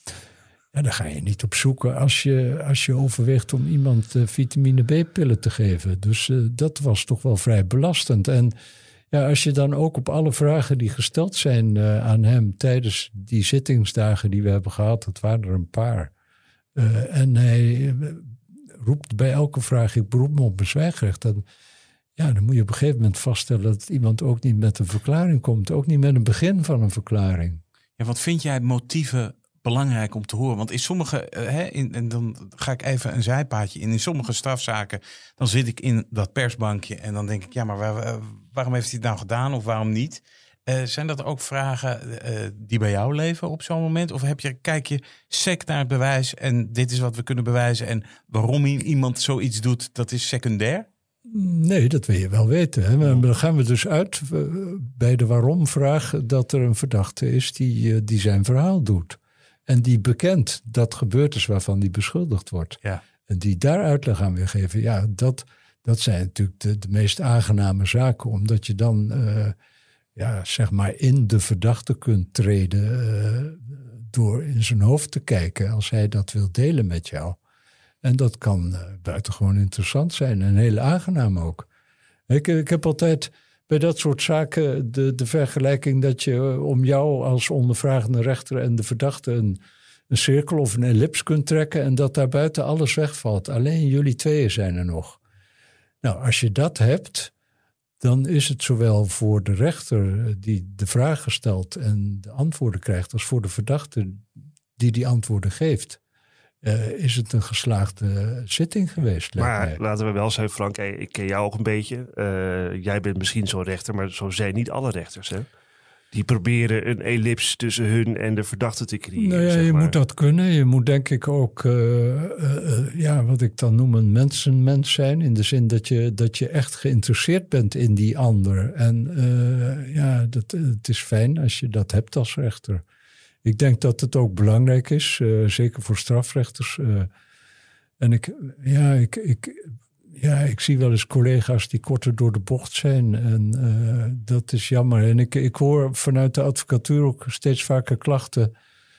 Ja, daar ga je niet op zoeken als je, als je overweegt om iemand uh, vitamine B-pillen te geven. Dus uh, dat was toch wel vrij belastend. En ja, als je dan ook op alle vragen die gesteld zijn uh, aan hem tijdens die zittingsdagen die we hebben gehad, dat waren er een paar. Uh, en hij uh, roept bij elke vraag, ik beroep me op mijn zwijgrecht. Dan, ja, dan moet je op een gegeven moment vaststellen dat iemand ook niet met een verklaring komt. Ook niet met een begin van een verklaring. Ja, wat vind jij motieven belangrijk om te horen? Want in sommige, uh, hè, in, en dan ga ik even een zijpaadje in. In sommige strafzaken, dan zit ik in dat persbankje en dan denk ik, ja, maar waar, waarom heeft hij het nou gedaan of waarom niet? Uh, zijn dat ook vragen uh, die bij jou leven op zo'n moment? Of heb je, kijk je sec naar het bewijs en dit is wat we kunnen bewijzen en waarom iemand zoiets doet, dat is secundair? Nee, dat wil je wel weten. Hè? Maar dan gaan we dus uit uh, bij de waarom-vraag dat er een verdachte is die, uh, die zijn verhaal doet. En die bekent dat gebeurd is waarvan die beschuldigd wordt. Ja. En die daar uitleg aan wil geven. Ja, dat, dat zijn natuurlijk de, de meest aangename zaken. Omdat je dan uh, ja, zeg maar in de verdachte kunt treden uh, door in zijn hoofd te kijken als hij dat wil delen met jou. En dat kan uh, buitengewoon interessant zijn en heel aangenaam ook. Ik, ik heb altijd bij dat soort zaken de, de vergelijking dat je uh, om jou als ondervragende rechter en de verdachte een, een cirkel of een ellips kunt trekken en dat daarbuiten alles wegvalt. Alleen jullie tweeën zijn er nog. Nou, als je dat hebt, dan is het zowel voor de rechter die de vragen stelt en de antwoorden krijgt, als voor de verdachte die die antwoorden geeft. Uh, is het een geslaagde zitting geweest? Maar mij. laten we wel zijn, Frank, ik ken jou ook een beetje. Uh, jij bent misschien zo'n rechter, maar zo zijn niet alle rechters. Hè? Die proberen een ellips tussen hun en de verdachte te creëren. Nou ja, zeg je maar. moet dat kunnen. Je moet denk ik ook, uh, uh, uh, ja, wat ik dan noem een mensenmens zijn. In de zin dat je, dat je echt geïnteresseerd bent in die ander. En uh, ja, dat, het is fijn als je dat hebt als rechter. Ik denk dat het ook belangrijk is, uh, zeker voor strafrechters. Uh, en ik, ja, ik, ik, ja, ik zie wel eens collega's die korter door de bocht zijn. En uh, dat is jammer. En ik, ik hoor vanuit de advocatuur ook steeds vaker klachten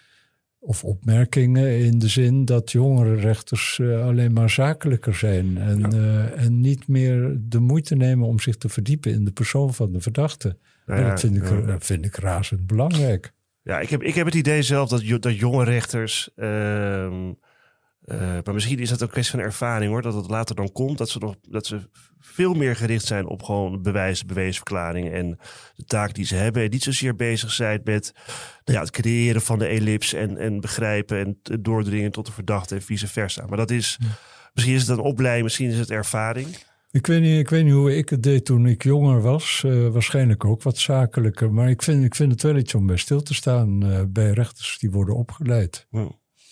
of opmerkingen in de zin dat jongere rechters uh, alleen maar zakelijker zijn. En, ja. uh, en niet meer de moeite nemen om zich te verdiepen in de persoon van de verdachte. Nou ja, dat vind ik, ja. vind ik razend belangrijk. Ja, ik heb, ik heb het idee zelf dat, dat jonge rechters... Uh, uh, maar misschien is dat ook een kwestie van ervaring hoor. Dat het later dan komt. Dat ze, nog, dat ze veel meer gericht zijn op gewoon bewijs, beweesverklaringen. En de taak die ze hebben. En niet zozeer bezig zijn met nou ja, het creëren van de ellips. En, en begrijpen en doordringen tot de verdachte en vice versa. Maar dat is... Ja. Misschien is het een opleiding, misschien is het ervaring. Ik weet niet, ik weet niet hoe ik het deed toen ik jonger was. Uh, waarschijnlijk ook wat zakelijker. Maar ik vind, ik vind het wel iets om bij stil te staan uh, bij rechters die worden opgeleid. Ja.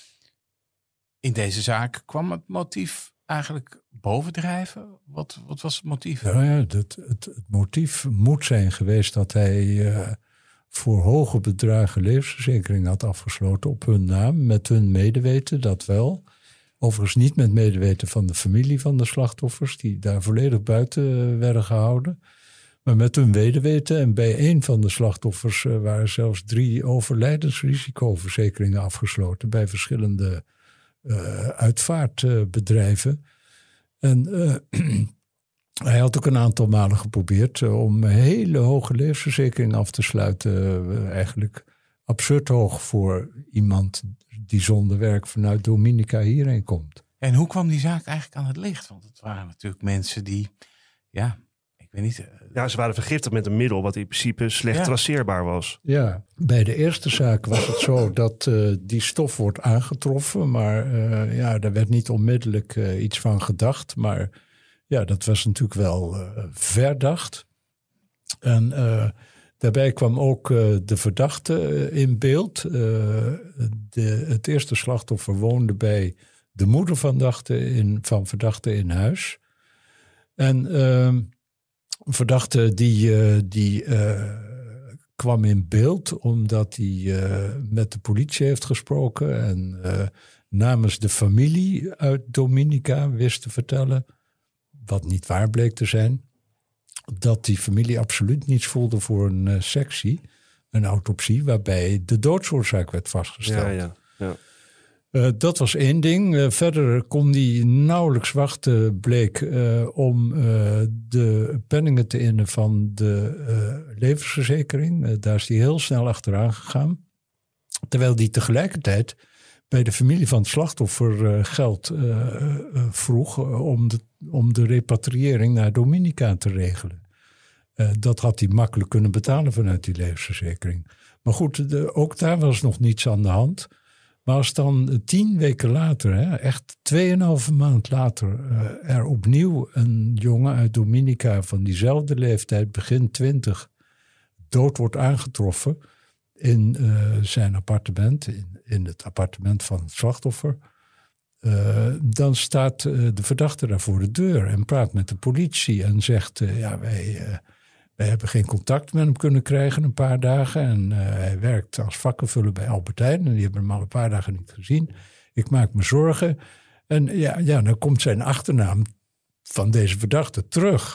In deze zaak kwam het motief eigenlijk bovendrijven? Wat, wat was het motief? Ja, ja het, het, het motief moet zijn geweest dat hij uh, voor hoge bedragen levensverzekering had afgesloten op hun naam. Met hun medeweten, dat wel. Overigens niet met medeweten van de familie van de slachtoffers, die daar volledig buiten werden gehouden. Maar met hun medeweten. En bij een van de slachtoffers uh, waren zelfs drie overlijdensrisicoverzekeringen afgesloten bij verschillende uh, uitvaartbedrijven. En uh, hij had ook een aantal malen geprobeerd uh, om een hele hoge levensverzekering af te sluiten. Uh, eigenlijk absurd hoog voor iemand die zonder werk vanuit Dominica hierheen komt. En hoe kwam die zaak eigenlijk aan het licht? Want het waren natuurlijk mensen die, ja, ik weet niet. Uh... Ja, ze waren vergiftigd met een middel wat in principe slecht ja. traceerbaar was. Ja, bij de eerste zaak was het zo dat uh, die stof wordt aangetroffen. Maar uh, ja, daar werd niet onmiddellijk uh, iets van gedacht. Maar ja, dat was natuurlijk wel uh, verdacht. En uh, daarbij kwam ook uh, de verdachte uh, in beeld. Uh, de, het eerste slachtoffer woonde bij de moeder van verdachte in, van verdachte in huis. En uh, verdachte die, uh, die uh, kwam in beeld omdat hij uh, met de politie heeft gesproken. En uh, namens de familie uit Dominica wist te vertellen wat niet waar bleek te zijn, dat die familie absoluut niets voelde voor een uh, sectie, een autopsie, waarbij de doodsoorzaak werd vastgesteld. Ja, ja, ja. Uh, dat was één ding. Uh, verder kon hij nauwelijks wachten, bleek, uh, om uh, de penningen te innen van de uh, levensverzekering. Uh, daar is hij heel snel achteraan gegaan. Terwijl hij tegelijkertijd bij de familie van het slachtoffer uh, geld uh, uh, vroeg uh, om, de, om de repatriëring naar Dominica te regelen. Uh, dat had hij makkelijk kunnen betalen vanuit die levensverzekering. Maar goed, de, ook daar was nog niets aan de hand. Maar als dan tien weken later, hè, echt tweeënhalve maand later, uh, er opnieuw een jongen uit Dominica van diezelfde leeftijd, begin twintig, dood wordt aangetroffen in uh, zijn appartement, in, in het appartement van het slachtoffer, uh, dan staat uh, de verdachte daar voor de deur en praat met de politie en zegt, uh, ja, wij... Uh, Wij hebben geen contact met hem kunnen krijgen een paar dagen. En uh, hij werkt als vakkenvuller bij Albert Heijn. En die hebben hem al een paar dagen niet gezien. Ik maak me zorgen. En ja, ja dan komt zijn achternaam van deze verdachte terug.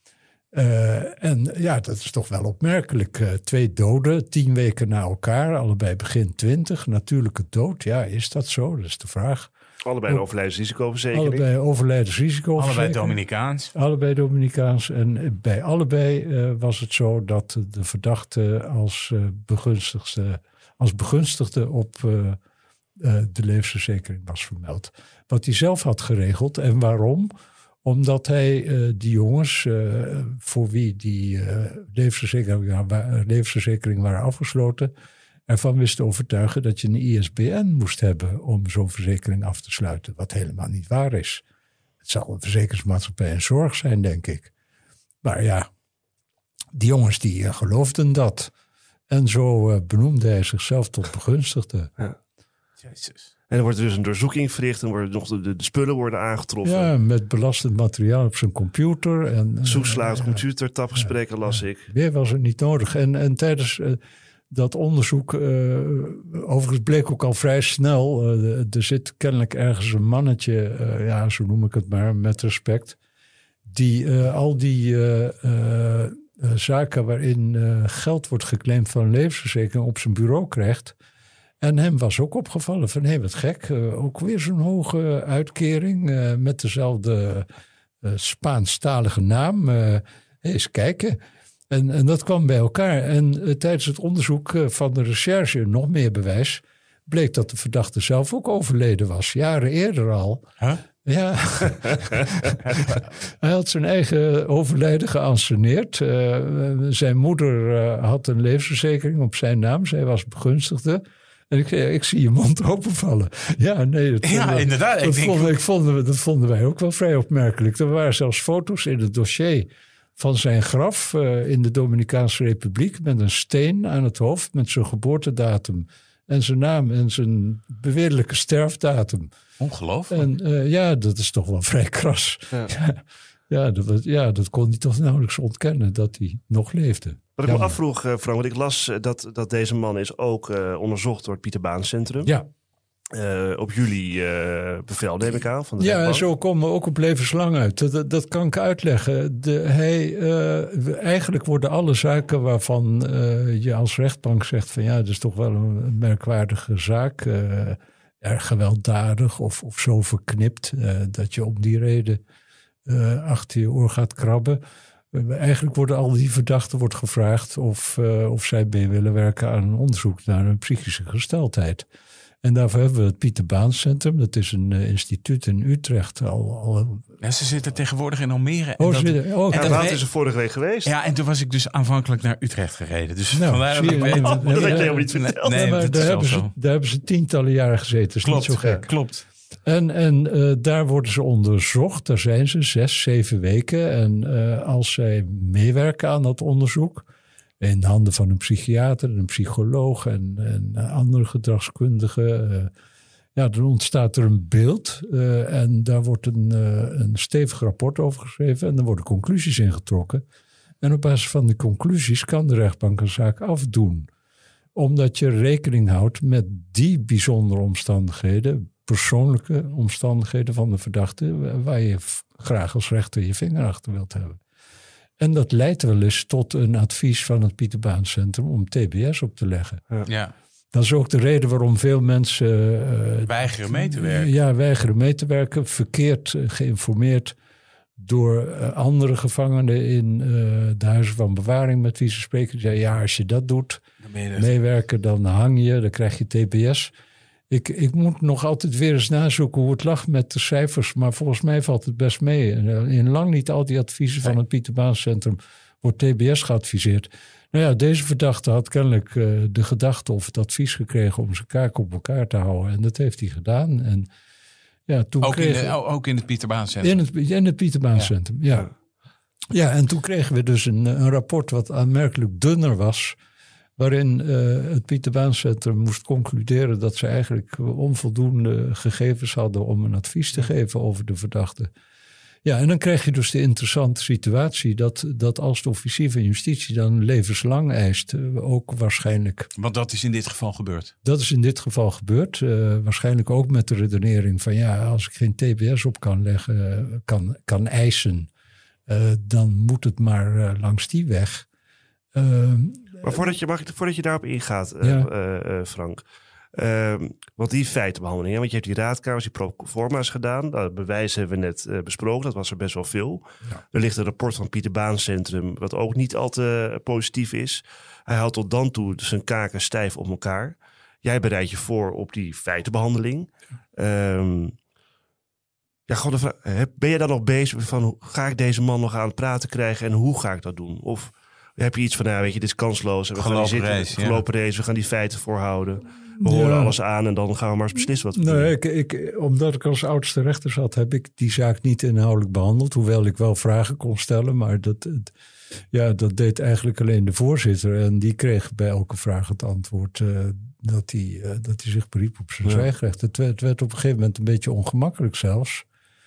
Uh, en ja, dat is toch wel opmerkelijk. Uh, twee doden, tien weken na elkaar. Allebei begin twintig. Natuurlijke dood. Ja, is dat zo? Dat is de vraag. Allebei een overlijdensrisicoverzekering. Allebei overlijdensrisicoverzekering. Allebei Dominicaans. Allebei Dominicaans. En bij allebei uh, was het zo dat de verdachte als, uh, begunstigde, als begunstigde op uh, uh, de levensverzekering was vermeld. Wat hij zelf had geregeld. En waarom? Omdat hij uh, die jongens, uh, voor wie die uh, levensverzekering, uh, levensverzekering waren afgesloten, ervan wist te overtuigen dat je een I S B N moest hebben om zo'n verzekering af te sluiten. Wat helemaal niet waar is. Het zal een verzekeringsmaatschappij en zorg zijn, denk ik. Maar ja, die jongens die uh, geloofden dat. En zo uh, benoemde hij zichzelf tot begunstigde. Ja. Jezus. En er wordt dus een doorzoeking verricht en worden nog de, de, de spullen worden aangetroffen. Ja, met belastend materiaal op zijn computer. En, Zoeslaat, uh, computer, tapgesprekken uh, las ik. Weer was het niet nodig. En, en tijdens... Uh, Dat onderzoek, uh, overigens bleek ook al vrij snel. Uh, er zit kennelijk ergens een mannetje, uh, ja, zo noem ik het maar, met respect. Die uh, al die uh, uh, uh, zaken waarin uh, geld wordt geclaimd van een levensverzekering op zijn bureau krijgt. En hem was ook opgevallen van, hé, hey, wat gek. Uh, ook weer zo'n hoge uitkering uh, met dezelfde uh, Spaanstalige naam. Uh, eens kijken. En, en dat kwam bij elkaar. En uh, tijdens het onderzoek uh, van de recherche, nog meer bewijs, bleek dat de verdachte zelf ook overleden was. Jaren eerder al. Huh? Ja. Hij had zijn eigen overlijden geanceneerd. Uh, zijn moeder uh, had een levensverzekering op zijn naam. Zij was begunstigde. En ik, ik zie je mond openvallen. Ja, nee. Dat, ja, dat, inderdaad. Dat, ik denk... vonden, ik vonden, dat vonden wij ook wel vrij opmerkelijk. Er waren zelfs foto's in het dossier van zijn graf uh, in de Dominicaanse Republiek met een steen aan het hoofd met zijn geboortedatum en zijn naam en zijn beweerlijke sterfdatum. Ongelooflijk. En uh, ja, dat is toch wel vrij kras. Ja, ja, ja, dat, ja, dat kon hij toch nauwelijks ontkennen dat hij nog leefde. Wat ik me afvroeg, uh, Frank, want ik las dat, dat deze man is ook uh, onderzocht door het Pieter Baan Centrum. Ja. Uh, op jullie uh, bevel, neem ik aan. Van de ja, rechtbank. En zo komen we ook op levenslang uit. Dat, dat, dat kan ik uitleggen. De, hij, uh, eigenlijk worden alle zaken waarvan uh, je als rechtbank zegt van ja, dat is toch wel een merkwaardige zaak. Uh, erg gewelddadig of, of zo verknipt uh, dat je om die reden uh, achter je oor gaat krabben. Uh, eigenlijk worden al die verdachten wordt gevraagd of, uh, of zij mee willen werken aan een onderzoek naar hun psychische gesteldheid. En daarvoor hebben we het Pieter Baan Centrum. Dat is een uh, instituut in Utrecht. Al, al... Ja, ze zitten tegenwoordig in Almere. En oh, dat, zitten, oh, ja, en Wout dat is er vorige week geweest. Ja, en toen was ik dus aanvankelijk naar Utrecht gereden. Dus nou, vandaar dat ik weet... Oh, dat had je helemaal niet verteld. Nee, nee, maar dat daar, is hebben wel ze, zo. daar hebben ze tientallen jaren gezeten. Dat is Klopt, niet zo gek. klopt. En, en uh, daar worden ze onderzocht. Daar zijn ze zes, zeven weken. En uh, als zij meewerken aan dat onderzoek, in handen van een psychiater, een psycholoog en, en andere gedragskundigen, uh, ja, dan ontstaat er een beeld. Uh, en daar wordt een, uh, een stevig rapport over geschreven. En er worden conclusies ingetrokken. En op basis van die conclusies kan de rechtbank een zaak afdoen. Omdat je rekening houdt met die bijzondere omstandigheden, persoonlijke omstandigheden van de verdachte, waar je graag als rechter je vinger achter wilt hebben. En dat leidt wel eens tot een advies van het Pieter Baan Centrum om T B S op te leggen. Ja. Ja. Dat is ook de reden waarom veel mensen... Uh, weigeren mee te werken. Ja, weigeren mee te werken. Verkeerd uh, geïnformeerd door uh, andere gevangenen in uh, de huizen van bewaring met wie ze spreken. Die zeggen, ja, als je dat doet, dan ben je dat... meewerken, dan hang je, dan krijg je T B S. Ik, ik moet nog altijd weer eens nazoeken hoe het lag met de cijfers. Maar volgens mij valt het best mee. In lang niet al die adviezen van het Pieter Baan Centrum wordt T B S geadviseerd. Nou ja, deze verdachte had kennelijk uh, de gedachte of het advies gekregen om zijn kaak op elkaar te houden. En dat heeft hij gedaan. En ja, toen ook, kregen, in de, ook in het Pieter Baan Centrum? In het, in het Pieter Baan Centrum, ja. ja. Ja, en toen kregen we dus een, een rapport wat aanmerkelijk dunner was. Waarin uh, het Pieter Baan Centrum moest concluderen dat ze eigenlijk onvoldoende gegevens hadden om een advies te geven over de verdachte. Ja, en dan krijg je dus de interessante situatie dat, dat als de officier van justitie dan levenslang eist, uh, ook waarschijnlijk. Want dat is in dit geval gebeurd? Dat is in dit geval gebeurd. Uh, waarschijnlijk ook met de redenering van ja, als ik geen T B S op kan leggen, kan, kan eisen, uh, dan moet het maar uh, langs die weg. Uh, Maar voordat je, mag ik, voordat je daarop ingaat, ja. uh, uh, Frank. Uh, want die feitenbehandeling, hè, want je hebt die raadkamers, die proforma's gedaan. Dat bewijs hebben we net uh, besproken, dat was er best wel veel. Ja. Er ligt een rapport van Pieter Baan Centrum, wat ook niet al te positief is. Hij houdt tot dan toe zijn kaken stijf op elkaar. Jij bereidt je voor op die feitenbehandeling. Ja. Um, ja, gewoon de vraag, ben je dan nog bezig van, ga ik deze man nog aan het praten krijgen en hoe ga ik dat doen? Of heb je iets van, nou weet je, dit is kansloos. En we gelopen gaan die zitten, race, gelopen ja. race, we gaan die feiten voorhouden. We horen ja. alles aan en dan gaan we maar eens beslissen wat we nee, doen. Ik, ik, omdat ik als oudste rechter zat, heb ik die zaak niet inhoudelijk behandeld. Hoewel ik wel vragen kon stellen, maar dat, het, ja, dat deed eigenlijk alleen de voorzitter. En die kreeg bij elke vraag het antwoord uh, dat hij uh, dat hij zich beriep op zijn ja. zwijgrecht. Het werd, het werd op een gegeven moment een beetje ongemakkelijk zelfs.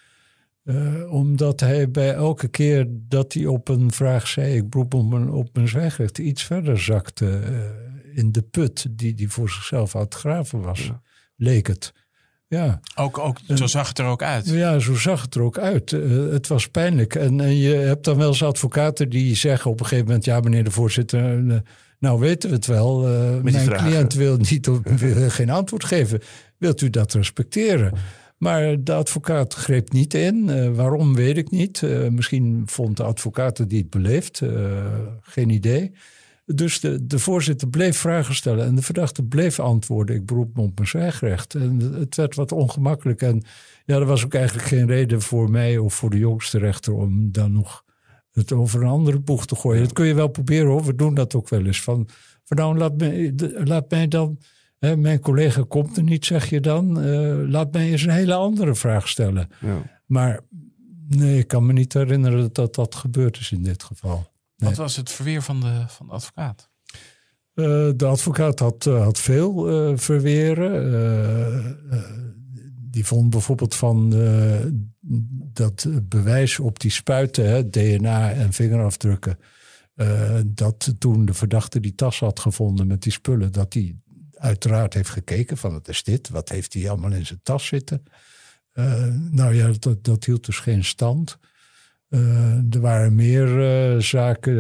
Uh, omdat hij bij elke keer dat hij op een vraag zei, ik beroep op mijn, op mijn zwijgrecht, iets verder zakte uh, in de put die hij voor zichzelf aan het graven was, ja. leek het. Ja. Ook, ook, zo zag het er ook uit. Ja, zo zag het er ook uit. Uh, het was pijnlijk. En, en je hebt dan wel eens advocaten die zeggen op een gegeven moment, ja meneer de voorzitter, uh, nou weten we het wel, uh, mijn vragen. cliënt wil, niet, wil geen antwoord geven. Wilt u dat respecteren? Maar de advocaat greep niet in. Uh, waarom, weet ik niet. Uh, misschien vond de advocaat het niet beleefd. Uh, geen idee. Dus de, de voorzitter bleef vragen stellen. En de verdachte bleef antwoorden. Ik beroep me op mijn zwijgrecht. En het werd wat ongemakkelijk. En ja, er was ook eigenlijk geen reden voor mij of voor de jongste rechter om dan nog het over een andere boeg te gooien. Dat kun je wel proberen hoor. We doen dat ook wel eens. Van, van nou, laat mij, laat mij dan... He, mijn collega komt er niet, zeg je dan. Uh, laat mij eens een hele andere vraag stellen. Ja. Maar nee, ik kan me niet herinneren dat dat gebeurd is in dit geval. Nee. Wat was het verweer van de, van de advocaat? Uh, de advocaat had, uh, had veel uh, verweren. Uh, uh, die vond bijvoorbeeld van uh, dat bewijs op die spuiten, hè, D N A en vingerafdrukken. Uh, dat toen de verdachte die tas had gevonden met die spullen, dat die uiteraard heeft gekeken van wat is dit? Wat heeft hij allemaal in zijn tas zitten? Uh, nou ja, dat, dat hield dus geen stand. Uh, er waren meer uh, zaken.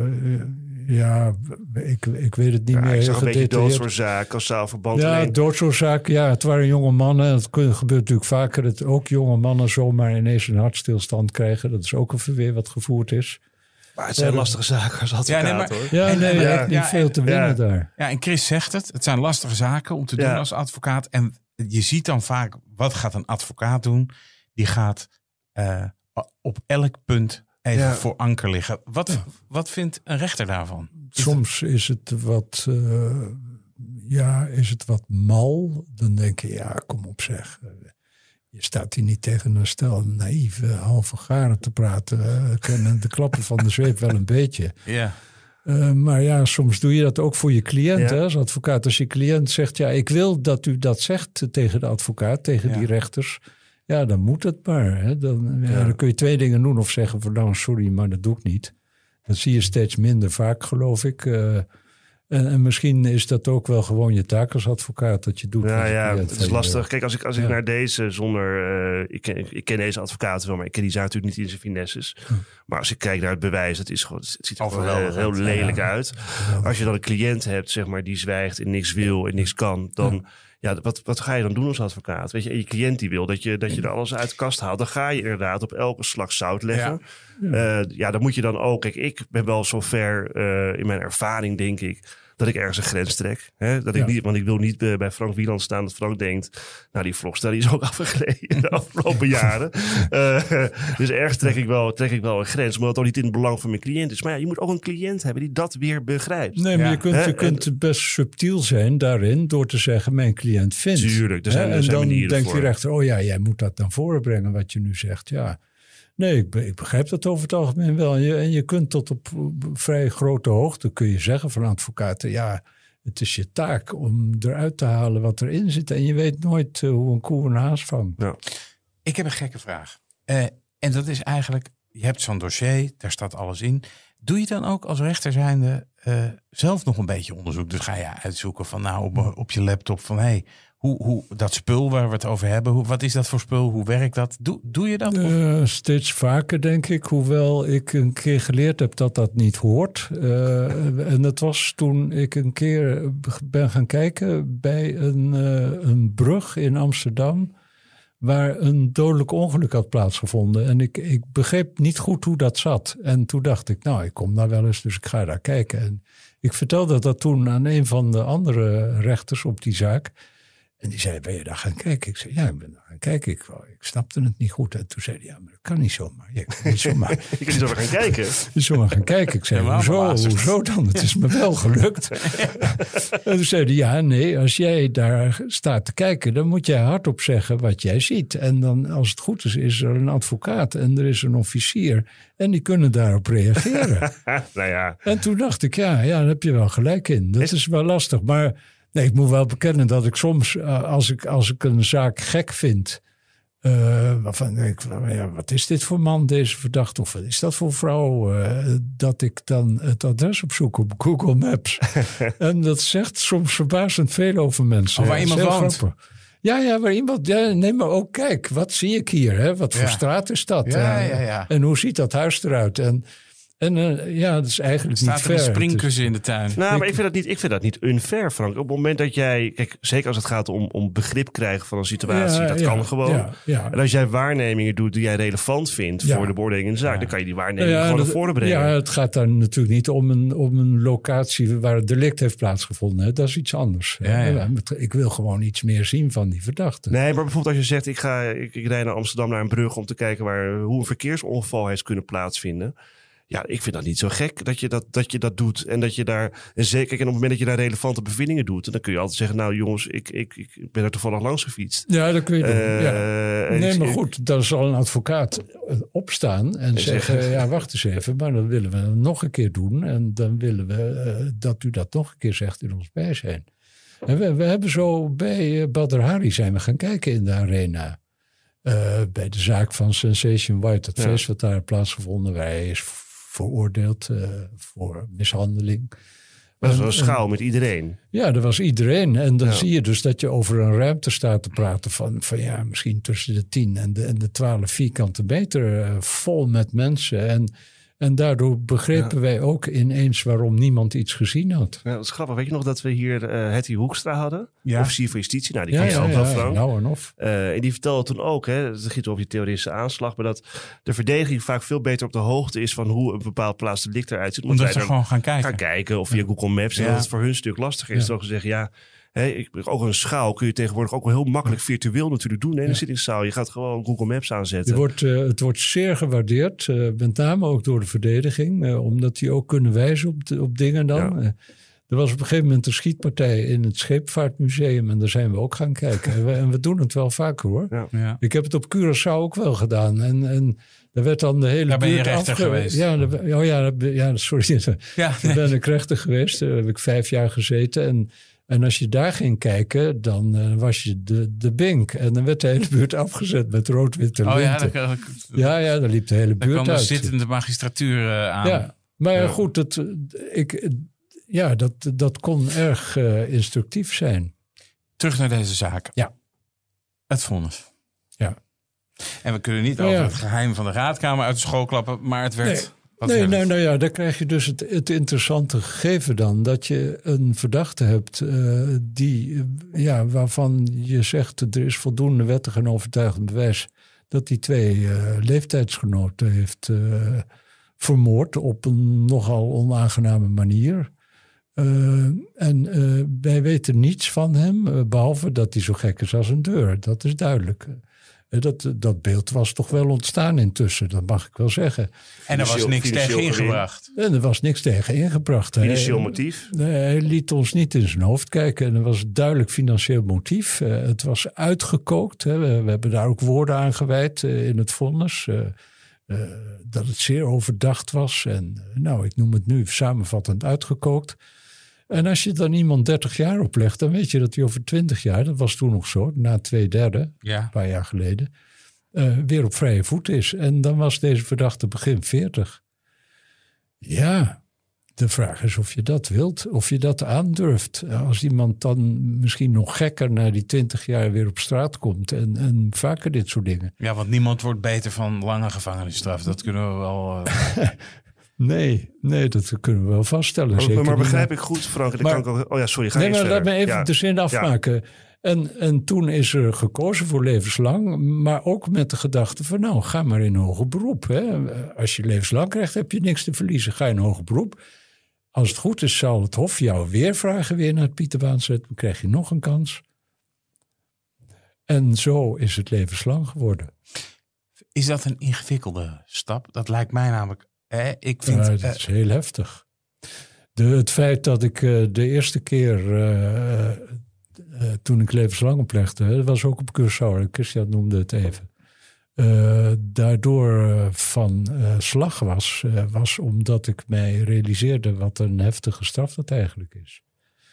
Uh, ja, ik, ik weet het niet ja, meer. Ik zag een beetje doodsoorzaak, kausaal verband. Ja, alleen. doodsoorzaak. Ja, het waren jonge mannen. Het gebeurt natuurlijk vaker dat ook jonge mannen zomaar ineens een hartstilstand krijgen. Dat is ook een verweer wat gevoerd is. Maar het zijn ja, lastige zaken als advocaat, ja, nee, maar, hoor. Ja, en, nee, ja, niet ja, veel te winnen ja, daar. Ja, en Chris zegt het. Het zijn lastige zaken om te doen ja. als advocaat. En je ziet dan vaak, wat gaat een advocaat doen? Die gaat uh, op elk punt even ja. voor anker liggen. Wat, ja. wat vindt een rechter daarvan? Soms is het wat, uh, ja, is het wat mal. Dan denk je, ja, kom op zeg. Je staat hier niet tegen een stel naïeve halve garen te praten. Uh, kennen de klappen van de zweep wel een beetje. Ja. Uh, maar ja, soms doe je dat ook voor je cliënt ja. hè, als advocaat. Als je cliënt zegt, ja, ik wil dat u dat zegt tegen de advocaat, tegen ja. die rechters. Ja, dan moet het maar. Hè. Dan, ja. Ja, dan kun je twee dingen doen of zeggen van nou, sorry, maar dat doe ik niet. Dat zie je steeds minder vaak, geloof ik. Uh, En, en misschien is dat ook wel gewoon je taak als advocaat dat je doet. Ja, je ja, cliënt het is van je- lastig. Kijk, als ik, als ik Ja. naar deze zonder... Uh, ik, ken, ik ken deze advocaten wel, maar ik ken die zaak natuurlijk niet in zijn finesses. Hm. Maar als ik kijk naar het bewijs, het, is gewoon, het ziet er gewoon heel, Overweldigend. heel lelijk Ja. uit. Als je dan een cliënt hebt, zeg maar, die zwijgt en niks wil en niks kan, dan... Ja. Ja, wat, wat ga je dan doen als advocaat? Weet je, en je cliënt die wil dat je, dat je er alles uit de kast haalt. Dan ga je inderdaad op elke slag zout leggen. Ja, uh, ja dan moet je dan ook... Kijk, ik ben wel zo ver uh, in mijn ervaring, denk ik... dat ik ergens een grens trek. Hè? Dat ik Ja. niet, want ik wil niet uh, bij Frank Wieland staan dat Frank denkt... nou, die vlogstar die is ook afgegleden de afgelopen jaren. Uh, dus ergens trek ik, wel, trek ik wel een grens... maar dat ook niet in het belang van mijn cliënt is. Maar ja, je moet ook een cliënt hebben die dat weer begrijpt. Nee, maar Ja. je kunt, Hè? je kunt best subtiel zijn daarin door te zeggen mijn cliënt vindt. Tuurlijk, er zijn, Hè? er zijn en dan manieren denkt voor. die rechter, oh ja, jij moet dat naar voren brengen wat je nu zegt. Ja, nee, ik, be- ik begrijp dat over het algemeen wel. En je, en je kunt tot op vrij grote hoogte kun je zeggen van advocaten, ja, het is je taak om eruit te halen wat erin zit. En je weet nooit uh, hoe een koe een haas vangt. Ja. Ik heb een gekke vraag. Uh, en dat is eigenlijk, je hebt zo'n dossier, daar staat alles in. Doe je dan ook als rechter zijnde uh, zelf nog een beetje onderzoek? Dus ga je uitzoeken van nou op, op je laptop van hé, hey, hoe, hoe dat spul waar we het over hebben, hoe, wat is dat voor spul? Hoe werkt dat? Doe, doe je dat? Uh, steeds vaker denk ik, hoewel ik een keer geleerd heb dat dat niet hoort. Uh, en dat was toen ik een keer ben gaan kijken bij een, uh, een brug in Amsterdam, waar een dodelijk ongeluk had plaatsgevonden. En ik, ik begreep niet goed hoe dat zat. En toen dacht ik, nou, ik kom daar wel eens, dus ik ga daar kijken. En ik vertelde dat toen aan een van de andere rechters op die zaak. En die zei, ben je daar gaan kijken? Ik zei, ja, ik ben daar gaan kijken. Ik, ik snapte het niet goed. En toen zei hij, ja, maar dat kan niet zomaar. Je kan niet zomaar, Je kan niet zo gaan kijken. niet zomaar gaan kijken. Ik zei, Ja, hoezo, belazerd. hoezo dan? Het is me wel gelukt. En toen zei hij, ja, nee, als jij daar staat te kijken, dan moet jij hardop zeggen wat jij ziet. En dan, als het goed is, is er een advocaat en er is een officier. En die kunnen daarop reageren. Nou ja, En toen dacht ik, ja, ja, daar heb je wel gelijk in. Dat is, is wel lastig. Maar nee, ik moet wel bekennen dat ik soms, uh, als, ik, als ik een zaak gek vind, uh, waarvan denk ik, ja, wat is dit voor man, deze verdachte? Of wat is dat voor vrouw? Uh, dat ik dan het adres opzoek op Google Maps. En dat zegt soms verbazend veel over mensen. Oh, waar Ja, iemand dat is heel woont. grappig. Ja, ja, waar iemand... Ja, nee, maar ook kijk, wat zie ik hier? Hè? Wat voor Ja. straat is dat? Ja, en, ja, ja. en hoe ziet dat huis eruit? En, en uh, ja, dat is eigenlijk Staat niet er een fair. springkussen in de tuin? nou, maar ik vind, dat niet, ik vind dat niet unfair, Frank. Op het moment dat jij... Kijk, zeker als het gaat om, om begrip krijgen van een situatie. Ja, dat ja, kan gewoon. ja, ja. En als jij waarnemingen doet die jij relevant vindt Ja. voor de beoordeling in de zaak, dan kan je die waarneming Nou ja, gewoon dat- naar voren brengen. Ja, het gaat daar natuurlijk niet om een, om een locatie waar het delict heeft plaatsgevonden. Hè. Dat is iets anders. Ja, ja. Ik wil gewoon iets meer zien van die verdachte. Nee, maar bijvoorbeeld als je zegt, ik, ga, ik, ik rijd naar Amsterdam naar een brug om te kijken waar, hoe een verkeersongeval heeft kunnen plaatsvinden. Ja, ik vind dat niet zo gek dat je dat, dat, je dat doet. En dat je daar, en zeker en op het moment dat je daar relevante bevindingen doet, dan kun je altijd zeggen, nou jongens, ik, ik, ik ben er toevallig langs gefietst. Ja, dat kun je doen. Eh, ja. en Nee, ik- maar goed, dan zal een advocaat eh, opstaan en zeggen, zeggen- ja, wacht eens even, maar dan willen we het nog een keer doen. En dan willen we uh, dat u dat nog een keer zegt in ons bijzijn. En we, we hebben zo bij uh, Badr Hari zijn we gaan kijken in de arena. Uh, bij de zaak van Sensation White, het Ja. feest wat daar heeft plaatsgevonden. Waar hij is veroordeeld uh, voor mishandeling. Dat is En- wel een schaal met iedereen. Ja, er was iedereen. En dan Ja. zie je dus dat je over een ruimte staat te praten van, van ja, misschien tussen de tien en de, en de twaalf vierkante meter uh, vol met mensen. En, en daardoor begrepen Ja. wij ook ineens waarom niemand iets gezien had. Ja, dat is grappig. Weet je nog dat we hier uh, Hetty Hoekstra hadden? Ja. Officier van Justitie. Nou, die Ja, ken je ja, ook wel, ja, Frank. nou en of. Uh, en die vertelde toen ook, hè, het ging over die terroristische aanslag, maar dat de verdediging vaak veel beter op de hoogte is van hoe een bepaald plaatsdelict eruit ziet. Omdat wij ze dan gewoon gaan kijken. gaan kijken of via Google Maps. En Ja. dat het voor hun een stuk lastiger is. Ja. Dan gezegd, ja, hè, ik, ook een schaal kun je tegenwoordig ook wel heel makkelijk virtueel natuurlijk doen. In een zittingszaal. Je gaat gewoon Google Maps aanzetten. Het wordt, uh, het wordt zeer gewaardeerd, uh, met name ook door de verdediging, uh, omdat die ook kunnen wijzen op, de, op dingen dan. Ja. Uh, er was op een gegeven moment een schietpartij in het Scheepvaartmuseum en daar zijn we ook gaan kijken. en, we, en we doen het wel vaker hoor. Ja. Ja. Ik heb het op Curaçao ook wel gedaan. En, en daar werd dan de hele Daar ben je buurt rechter afge- geweest. Ja, daar, ben- oh ja, daar ben- ja, sorry. Ja, Daar ben ik rechter geweest. Daar heb ik vijf jaar gezeten. En, en als je daar ging kijken, dan uh, was je de, de bink. En dan werd de hele buurt afgezet met rood-witte Oh ja, linten. dan, dan, Ja, ja, dan liep de hele dan buurt kwam de uit. zittende magistratuur uh, aan. Ja, maar Ja. goed, het, ik, ja, dat, dat kon erg uh, instructief zijn. Terug naar deze zaak. Ja. Het vonnis. Ja. En we kunnen niet nou, over ja. het geheim van de raadkamer uit de school klappen, maar het werd... Nee. Wat nee, werd nou, het? nou ja, daar krijg je dus het, het interessante gegeven dan. Dat je een verdachte hebt uh, die, uh, ja, waarvan je zegt... er is voldoende wettig en overtuigend bewijs... dat die twee uh, leeftijdsgenoten heeft uh, vermoord op een nogal onaangename manier. Uh, en uh, wij weten niets van hem, uh, behalve dat hij zo gek is als een deur. Dat is duidelijk. Uh, dat, dat beeld was toch wel ontstaan intussen, dat mag ik wel zeggen. En er was niks tegen ingebracht. En er was niks tegen ingebracht. Financieel hij, motief? Hij, hij liet ons niet in zijn hoofd kijken. En er was een duidelijk financieel motief. Uh, het was uitgekookt. Hè. We, we hebben daar ook woorden aan gewijd uh, in het vonnis. Uh, uh, dat het zeer overdacht was. En uh, nou, ik noem het nu samenvattend uitgekookt. En als je dan iemand dertig jaar oplegt, dan weet je dat hij over twintig jaar, dat was toen nog zo, na twee derde, ja. een paar jaar geleden, uh, weer op vrije voet is. En dan was deze verdachte begin veertig. Ja, de vraag is of je dat wilt, of je dat aandurft. Als iemand dan misschien nog gekker na die twintig jaar weer op straat komt en, en vaker dit soort dingen. Ja, want niemand wordt beter van lange gevangenisstraf. Dat kunnen we wel... Uh... Nee, nee, dat kunnen we wel vaststellen. Maar, zeker maar begrijp niet. ik goed, Frank? En Maar, dan kan ik ook, oh ja, sorry, ga nee, eens maar verder. laat me even ja. de zin afmaken. Ja. En, en toen is er gekozen voor levenslang, maar ook met de gedachte van nou, ga maar in hoger beroep. Hè. Als je levenslang krijgt, heb je niks te verliezen. Ga in hoger beroep. Als het goed is, zal het Hof jou weer vragen, weer naar het Pieterbaan zetten. Dan krijg je nog een kans. En zo is het levenslang geworden. Is dat een ingewikkelde stap? Dat lijkt mij namelijk... Eh, ik vind, ja, dat uh, is heel heftig. De, het feit dat ik uh, de eerste keer, uh, uh, toen ik levenslang oplegde, dat was ook op Curaçao, Christian noemde het even, uh, daardoor uh, van uh, slag was, uh, was omdat ik mij realiseerde wat een heftige straf dat eigenlijk is.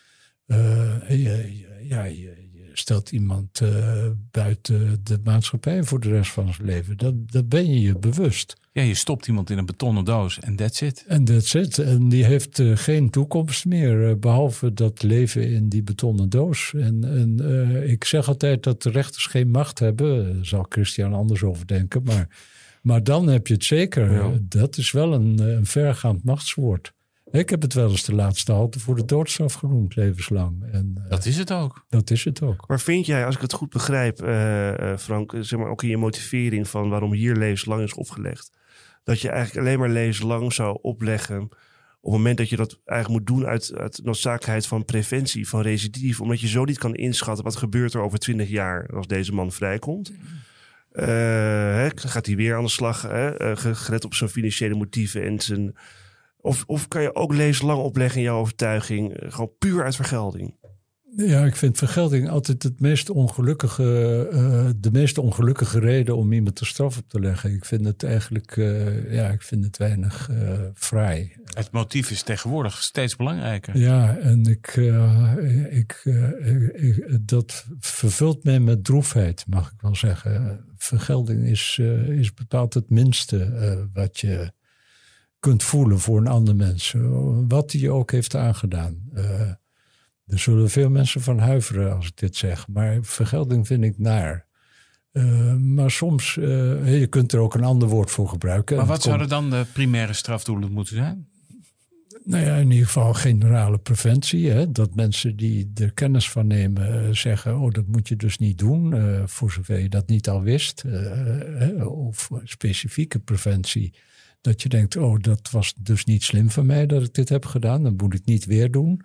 Uh, je, ja, je, je stelt iemand uh, buiten de maatschappij voor de rest van zijn leven. Dat, dat ben je je bewust. Ja, je stopt iemand in een betonnen doos en that's it. En that's it. En die heeft uh, geen toekomst meer, uh, behalve dat leven in die betonnen doos. En, en uh, ik zeg altijd dat de rechters geen macht hebben. Daar zal Christian anders over denken. Maar, maar dan heb je het zeker. Ja. Uh, dat is wel een, een vergaand machtswoord. Ik heb het wel eens de laatste halte voor de doodstraf genoemd, levenslang. En, uh, dat is het ook. Dat is het ook. Maar vind jij, als ik het goed begrijp, uh, uh, Frank, zeg maar ook in je motivering van waarom hier levenslang is opgelegd, dat je eigenlijk alleen maar levenslang zou opleggen op het moment dat je dat eigenlijk moet doen uit, uit noodzakelijkheid van preventie, van recidief, omdat je zo niet kan inschatten wat gebeurt er over twintig jaar als deze man vrijkomt. Uh, hè, gaat hij weer aan de slag, hè, uh, gelet op zijn financiële motieven en zijn... Of, of kan je ook levenslang opleggen in jouw overtuiging, gewoon puur uit vergelding? Ja, ik vind vergelding altijd het meest ongelukkige, uh, de meest ongelukkige reden om iemand de straf op te leggen. Ik vind het eigenlijk, uh, ja, ik vind het weinig uh, fraai. Het motief is tegenwoordig steeds belangrijker. Ja, en ik, uh, ik, uh, ik, dat vervult mij met droefheid, mag ik wel zeggen. Vergelding is, uh, is bepaald het minste uh, wat je kunt voelen voor een ander mens. Wat hij je ook heeft aangedaan. Uh, er zullen veel mensen van huiveren als ik dit zeg. Maar vergelding vind ik naar. Uh, maar soms, uh, je kunt er ook een ander woord voor gebruiken. Maar wat komt, zouden dan de primaire strafdoelen moeten zijn? Nou ja, in ieder geval generale preventie. Hè? Dat mensen die er kennis van nemen uh, zeggen, oh, dat moet je dus niet doen. Uh, voor zover je dat niet al wist. Uh, uh, of specifieke preventie. Dat je denkt, oh, dat was dus niet slim van mij dat ik dit heb gedaan. Dan moet ik niet weer doen.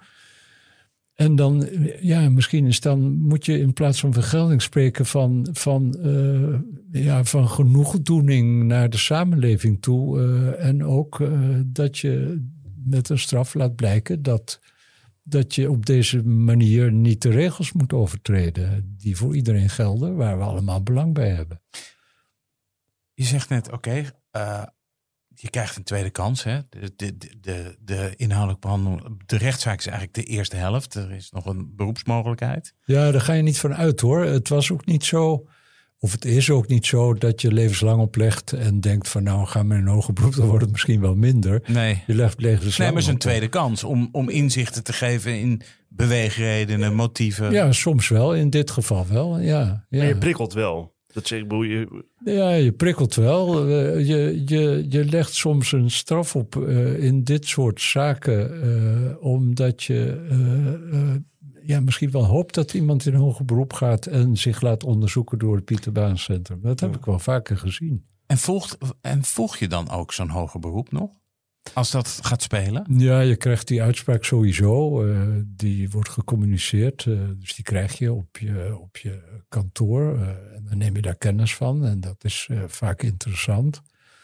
En dan, ja, misschien is dan, moet je in plaats van vergelding spreken van, van, uh, ja, van genoegdoening naar de samenleving toe. Uh, en ook uh, dat je met een straf laat blijken dat, dat je op deze manier niet de regels moet overtreden. Die voor iedereen gelden, waar we allemaal belang bij hebben. Je zegt net, oké, okay, uh, je krijgt een tweede kans. Hè? De, de, de, de inhoudelijke behandeling, de rechtszaak is eigenlijk de eerste helft. Er is nog een beroepsmogelijkheid. Ja, daar ga je niet van uit hoor. Het was ook niet zo, Of het is ook niet zo dat je levenslang oplegt en denkt van nou gaan we in een hoger beroep, dan wordt het misschien wel minder. Nee. Je legt levenslang Nee, maar het is een op. tweede kans om, om inzichten te geven in beweegredenen, motieven. Ja, soms wel. In dit geval wel, ja. ja. Maar je prikkelt wel. Dat zeg ik, bedoel je. Ja, je prikkelt wel. Uh, je, je, je legt soms een straf op uh, in dit soort zaken, uh, omdat je uh, uh, ja, misschien wel hoopt dat iemand in hoger beroep gaat en zich laat onderzoeken door het Pieter Baan Centrum. Dat heb ik wel vaker gezien. En, volgt, en volg je dan ook zo'n hoger beroep nog? Als dat gaat spelen? Ja, je krijgt die uitspraak sowieso. Uh, die wordt gecommuniceerd. Uh, dus die krijg je op je, op je kantoor. Uh, en dan neem je daar kennis van. En dat is uh, vaak interessant.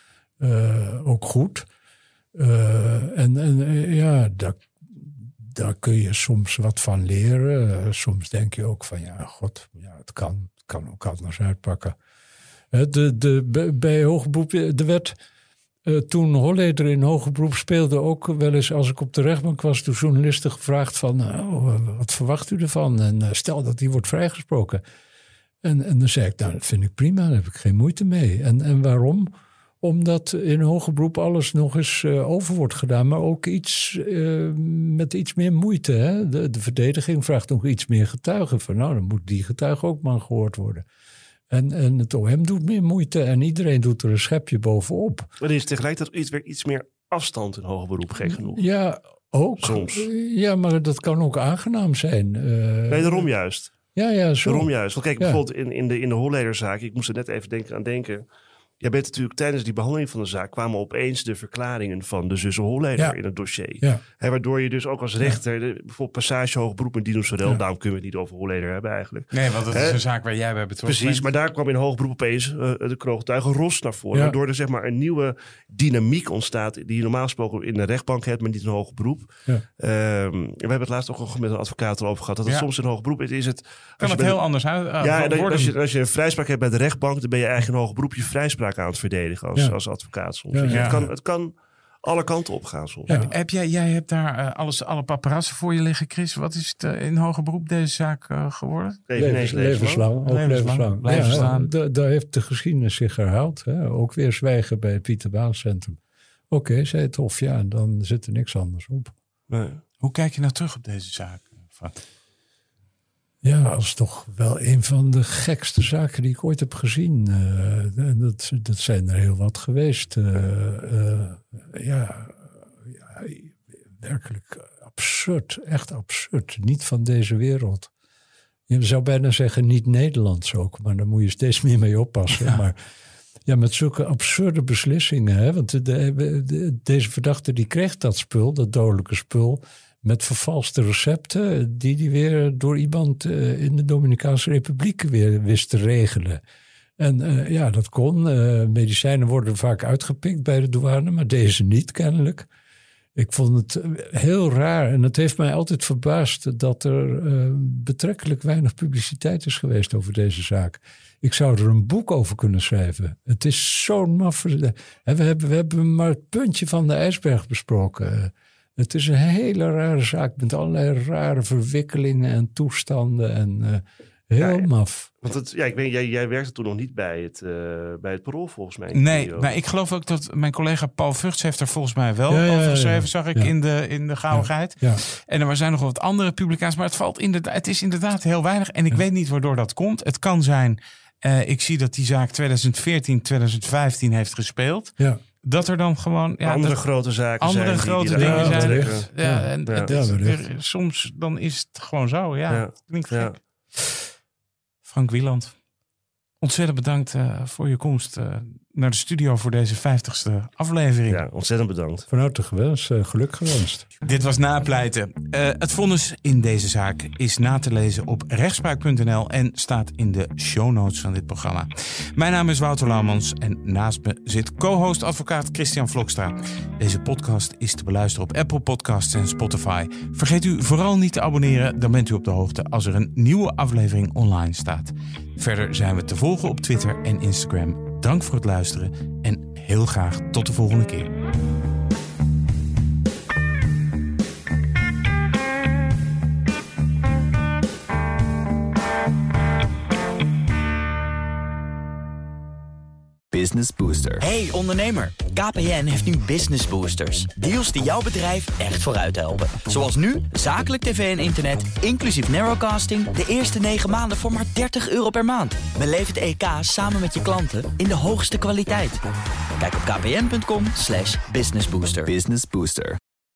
Uh, ook goed. Uh, en en uh, ja, daar, daar kun je soms wat van leren. Uh, soms denk je ook van, ja, god, ja, het kan, het kan ook anders uitpakken. Uh, de, de, bij hoger beroep, de wet... Uh, toen Holleder in hoger beroep speelde, ook wel eens als ik op de rechtbank was, toen journalisten gevraagd van, nou, wat verwacht u ervan? En uh, stel dat die wordt vrijgesproken. En, en dan zei ik, nou, dat vind ik prima, daar heb ik geen moeite mee. En, en waarom? Omdat in hoger beroep alles nog eens uh, over wordt gedaan, maar ook iets uh, met iets meer moeite. Hè? De, de verdediging vraagt nog iets meer getuigen. Van, nou, dan moet die getuige ook maar gehoord worden. En, en het O M doet meer moeite en iedereen doet er een schepje bovenop. Maar er is tegelijkertijd iets, weer iets meer afstand in hoger beroep, gek genoeg. Ja, ook. Soms. Ja, maar dat kan ook aangenaam zijn. Uh, Nee, daarom juist. Ja, ja, zo. Daarom juist. Want kijk, Ja. bijvoorbeeld in, in de, in de Hollederzaak, ik moest er net even denken, aan denken. Jij bent natuurlijk tijdens die behandeling van de zaak kwamen opeens de verklaringen van de zussen Holleder Ja. in het dossier. Ja. Hè, waardoor je dus ook als rechter, de, bijvoorbeeld passage hoger beroep met Dino Sorel, Ja. daarom kunnen we het niet over Holleder hebben eigenlijk. Nee, want dat is Hè? een zaak waar jij bij betrokken Precies, bent. maar daar kwam in hoger beroep opeens uh, de kroongetuige Ros naar voren. Ja. Waardoor er zeg maar een nieuwe dynamiek ontstaat die je normaal gesproken in de rechtbank hebt, maar niet in hoger beroep. Ja. Um, we hebben het laatst ook nog met een advocaat erover gehad. Dat het Ja. soms in hoger beroep is. is het, als Kan je het bij heel de- anders uit uh, Ja, en dat- worden? als je, als je een vrijspraak hebt bij de rechtbank, dan ben je eigenlijk in hoger beroep je vrijspraak aan het verdedigen als, Ja. als advocaat soms. Ja, Weet je, ja. Het, kan, het kan alle kanten op gaan soms. Ja. Heb jij, jij hebt daar uh, alles, alle paparazzen voor je liggen, Chris. Wat is het uh, in hoger beroep deze zaak uh, geworden? Eveneens Levens, levenslang. Ook Levenslang. levenslang. Blijven Ja, staan. da- daar heeft de geschiedenis zich herhaald. Hè. Ook weer zwijgen bij het Pieter Baan Centrum. Oké, okay, zei het of ja, dan zit er niks anders op. Nee. Hoe kijk je nou terug op deze zaak? Frank? Ja, als toch wel een van de gekste zaken die ik ooit heb gezien. Uh, dat, dat zijn er heel wat geweest. Uh, uh, ja, ja, werkelijk absurd. Echt absurd. Niet van deze wereld. Je zou bijna zeggen niet Nederlands ook. Maar daar moet je steeds meer mee oppassen. Ja. Maar ja, met zulke absurde beslissingen. Hè? Want de, de, de, deze verdachte die kreeg dat spul, dat dodelijke spul, met vervalste recepten die hij weer door iemand uh, in de Dominicaanse Republiek weer wist te regelen. En uh, ja, dat kon. Uh, medicijnen worden vaak uitgepikt bij de douane, maar deze niet kennelijk. Ik vond het heel raar en het heeft mij altijd verbaasd dat er uh, betrekkelijk weinig publiciteit is geweest over deze zaak. Ik zou er een boek over kunnen schrijven. Het is zo'n maffe. En we hebben, we hebben maar het puntje van de ijsberg besproken. Het is een hele rare zaak met allerlei rare verwikkelingen en toestanden en uh, heel Ja, maf. Want het, ja, ik weet, jij, jij werkte toen nog niet bij het, uh, bij het Parool volgens mij. Nee, maar ik geloof ook dat mijn collega Paul Vugts heeft er volgens mij wel Ja, ja, over ja, geschreven, ja. zag ik Ja. in de, in de gauwigheid. Ja. En er zijn nog wat andere publicaties, maar het, valt inderdaad, het is inderdaad heel weinig. En ik weet niet waardoor dat komt. Het kan zijn, uh, ik zie dat die zaak twintig veertien, twintig vijftien heeft gespeeld. Ja. Dat er dan gewoon... Ja, andere dat, grote zaken andere zijn. grote die, die dingen daar zijn. aantrekken. wellicht. Ja, Ja. en Ja. het- Ja, wellicht. er- soms dan is het gewoon zo. Ja, Ja. klinkt Ja. gek. Frank Wieland, ontzettend bedankt uh, voor je komst uh, naar de studio voor deze vijftigste aflevering. Ja, ontzettend bedankt. Van harte gewenst, uh, geluk gewenst. Dit was Napleiten. Uh, het vonnis in deze zaak is na te lezen op rechtspraak punt n l en staat in de show notes van dit programma. Mijn naam is Wouter Laumans en naast me zit co-host advocaat Christian Vlokstra. Deze podcast is te beluisteren op Apple Podcasts en Spotify. Vergeet u vooral niet te abonneren, dan bent u op de hoogte als er een nieuwe aflevering online staat. Verder zijn we te volgen op Twitter en Instagram. Dank voor het luisteren en heel graag tot de volgende keer. Business Booster. Hey ondernemer, K P N heeft nu Business Boosters. Deals die jouw bedrijf echt vooruit helpen. Zoals nu, zakelijk tv en internet, inclusief narrowcasting... de eerste negen maanden voor maar dertig euro per maand. Beleef het E K samen met je klanten in de hoogste kwaliteit. Kijk op kpn punt com slash businessbooster. Business Booster.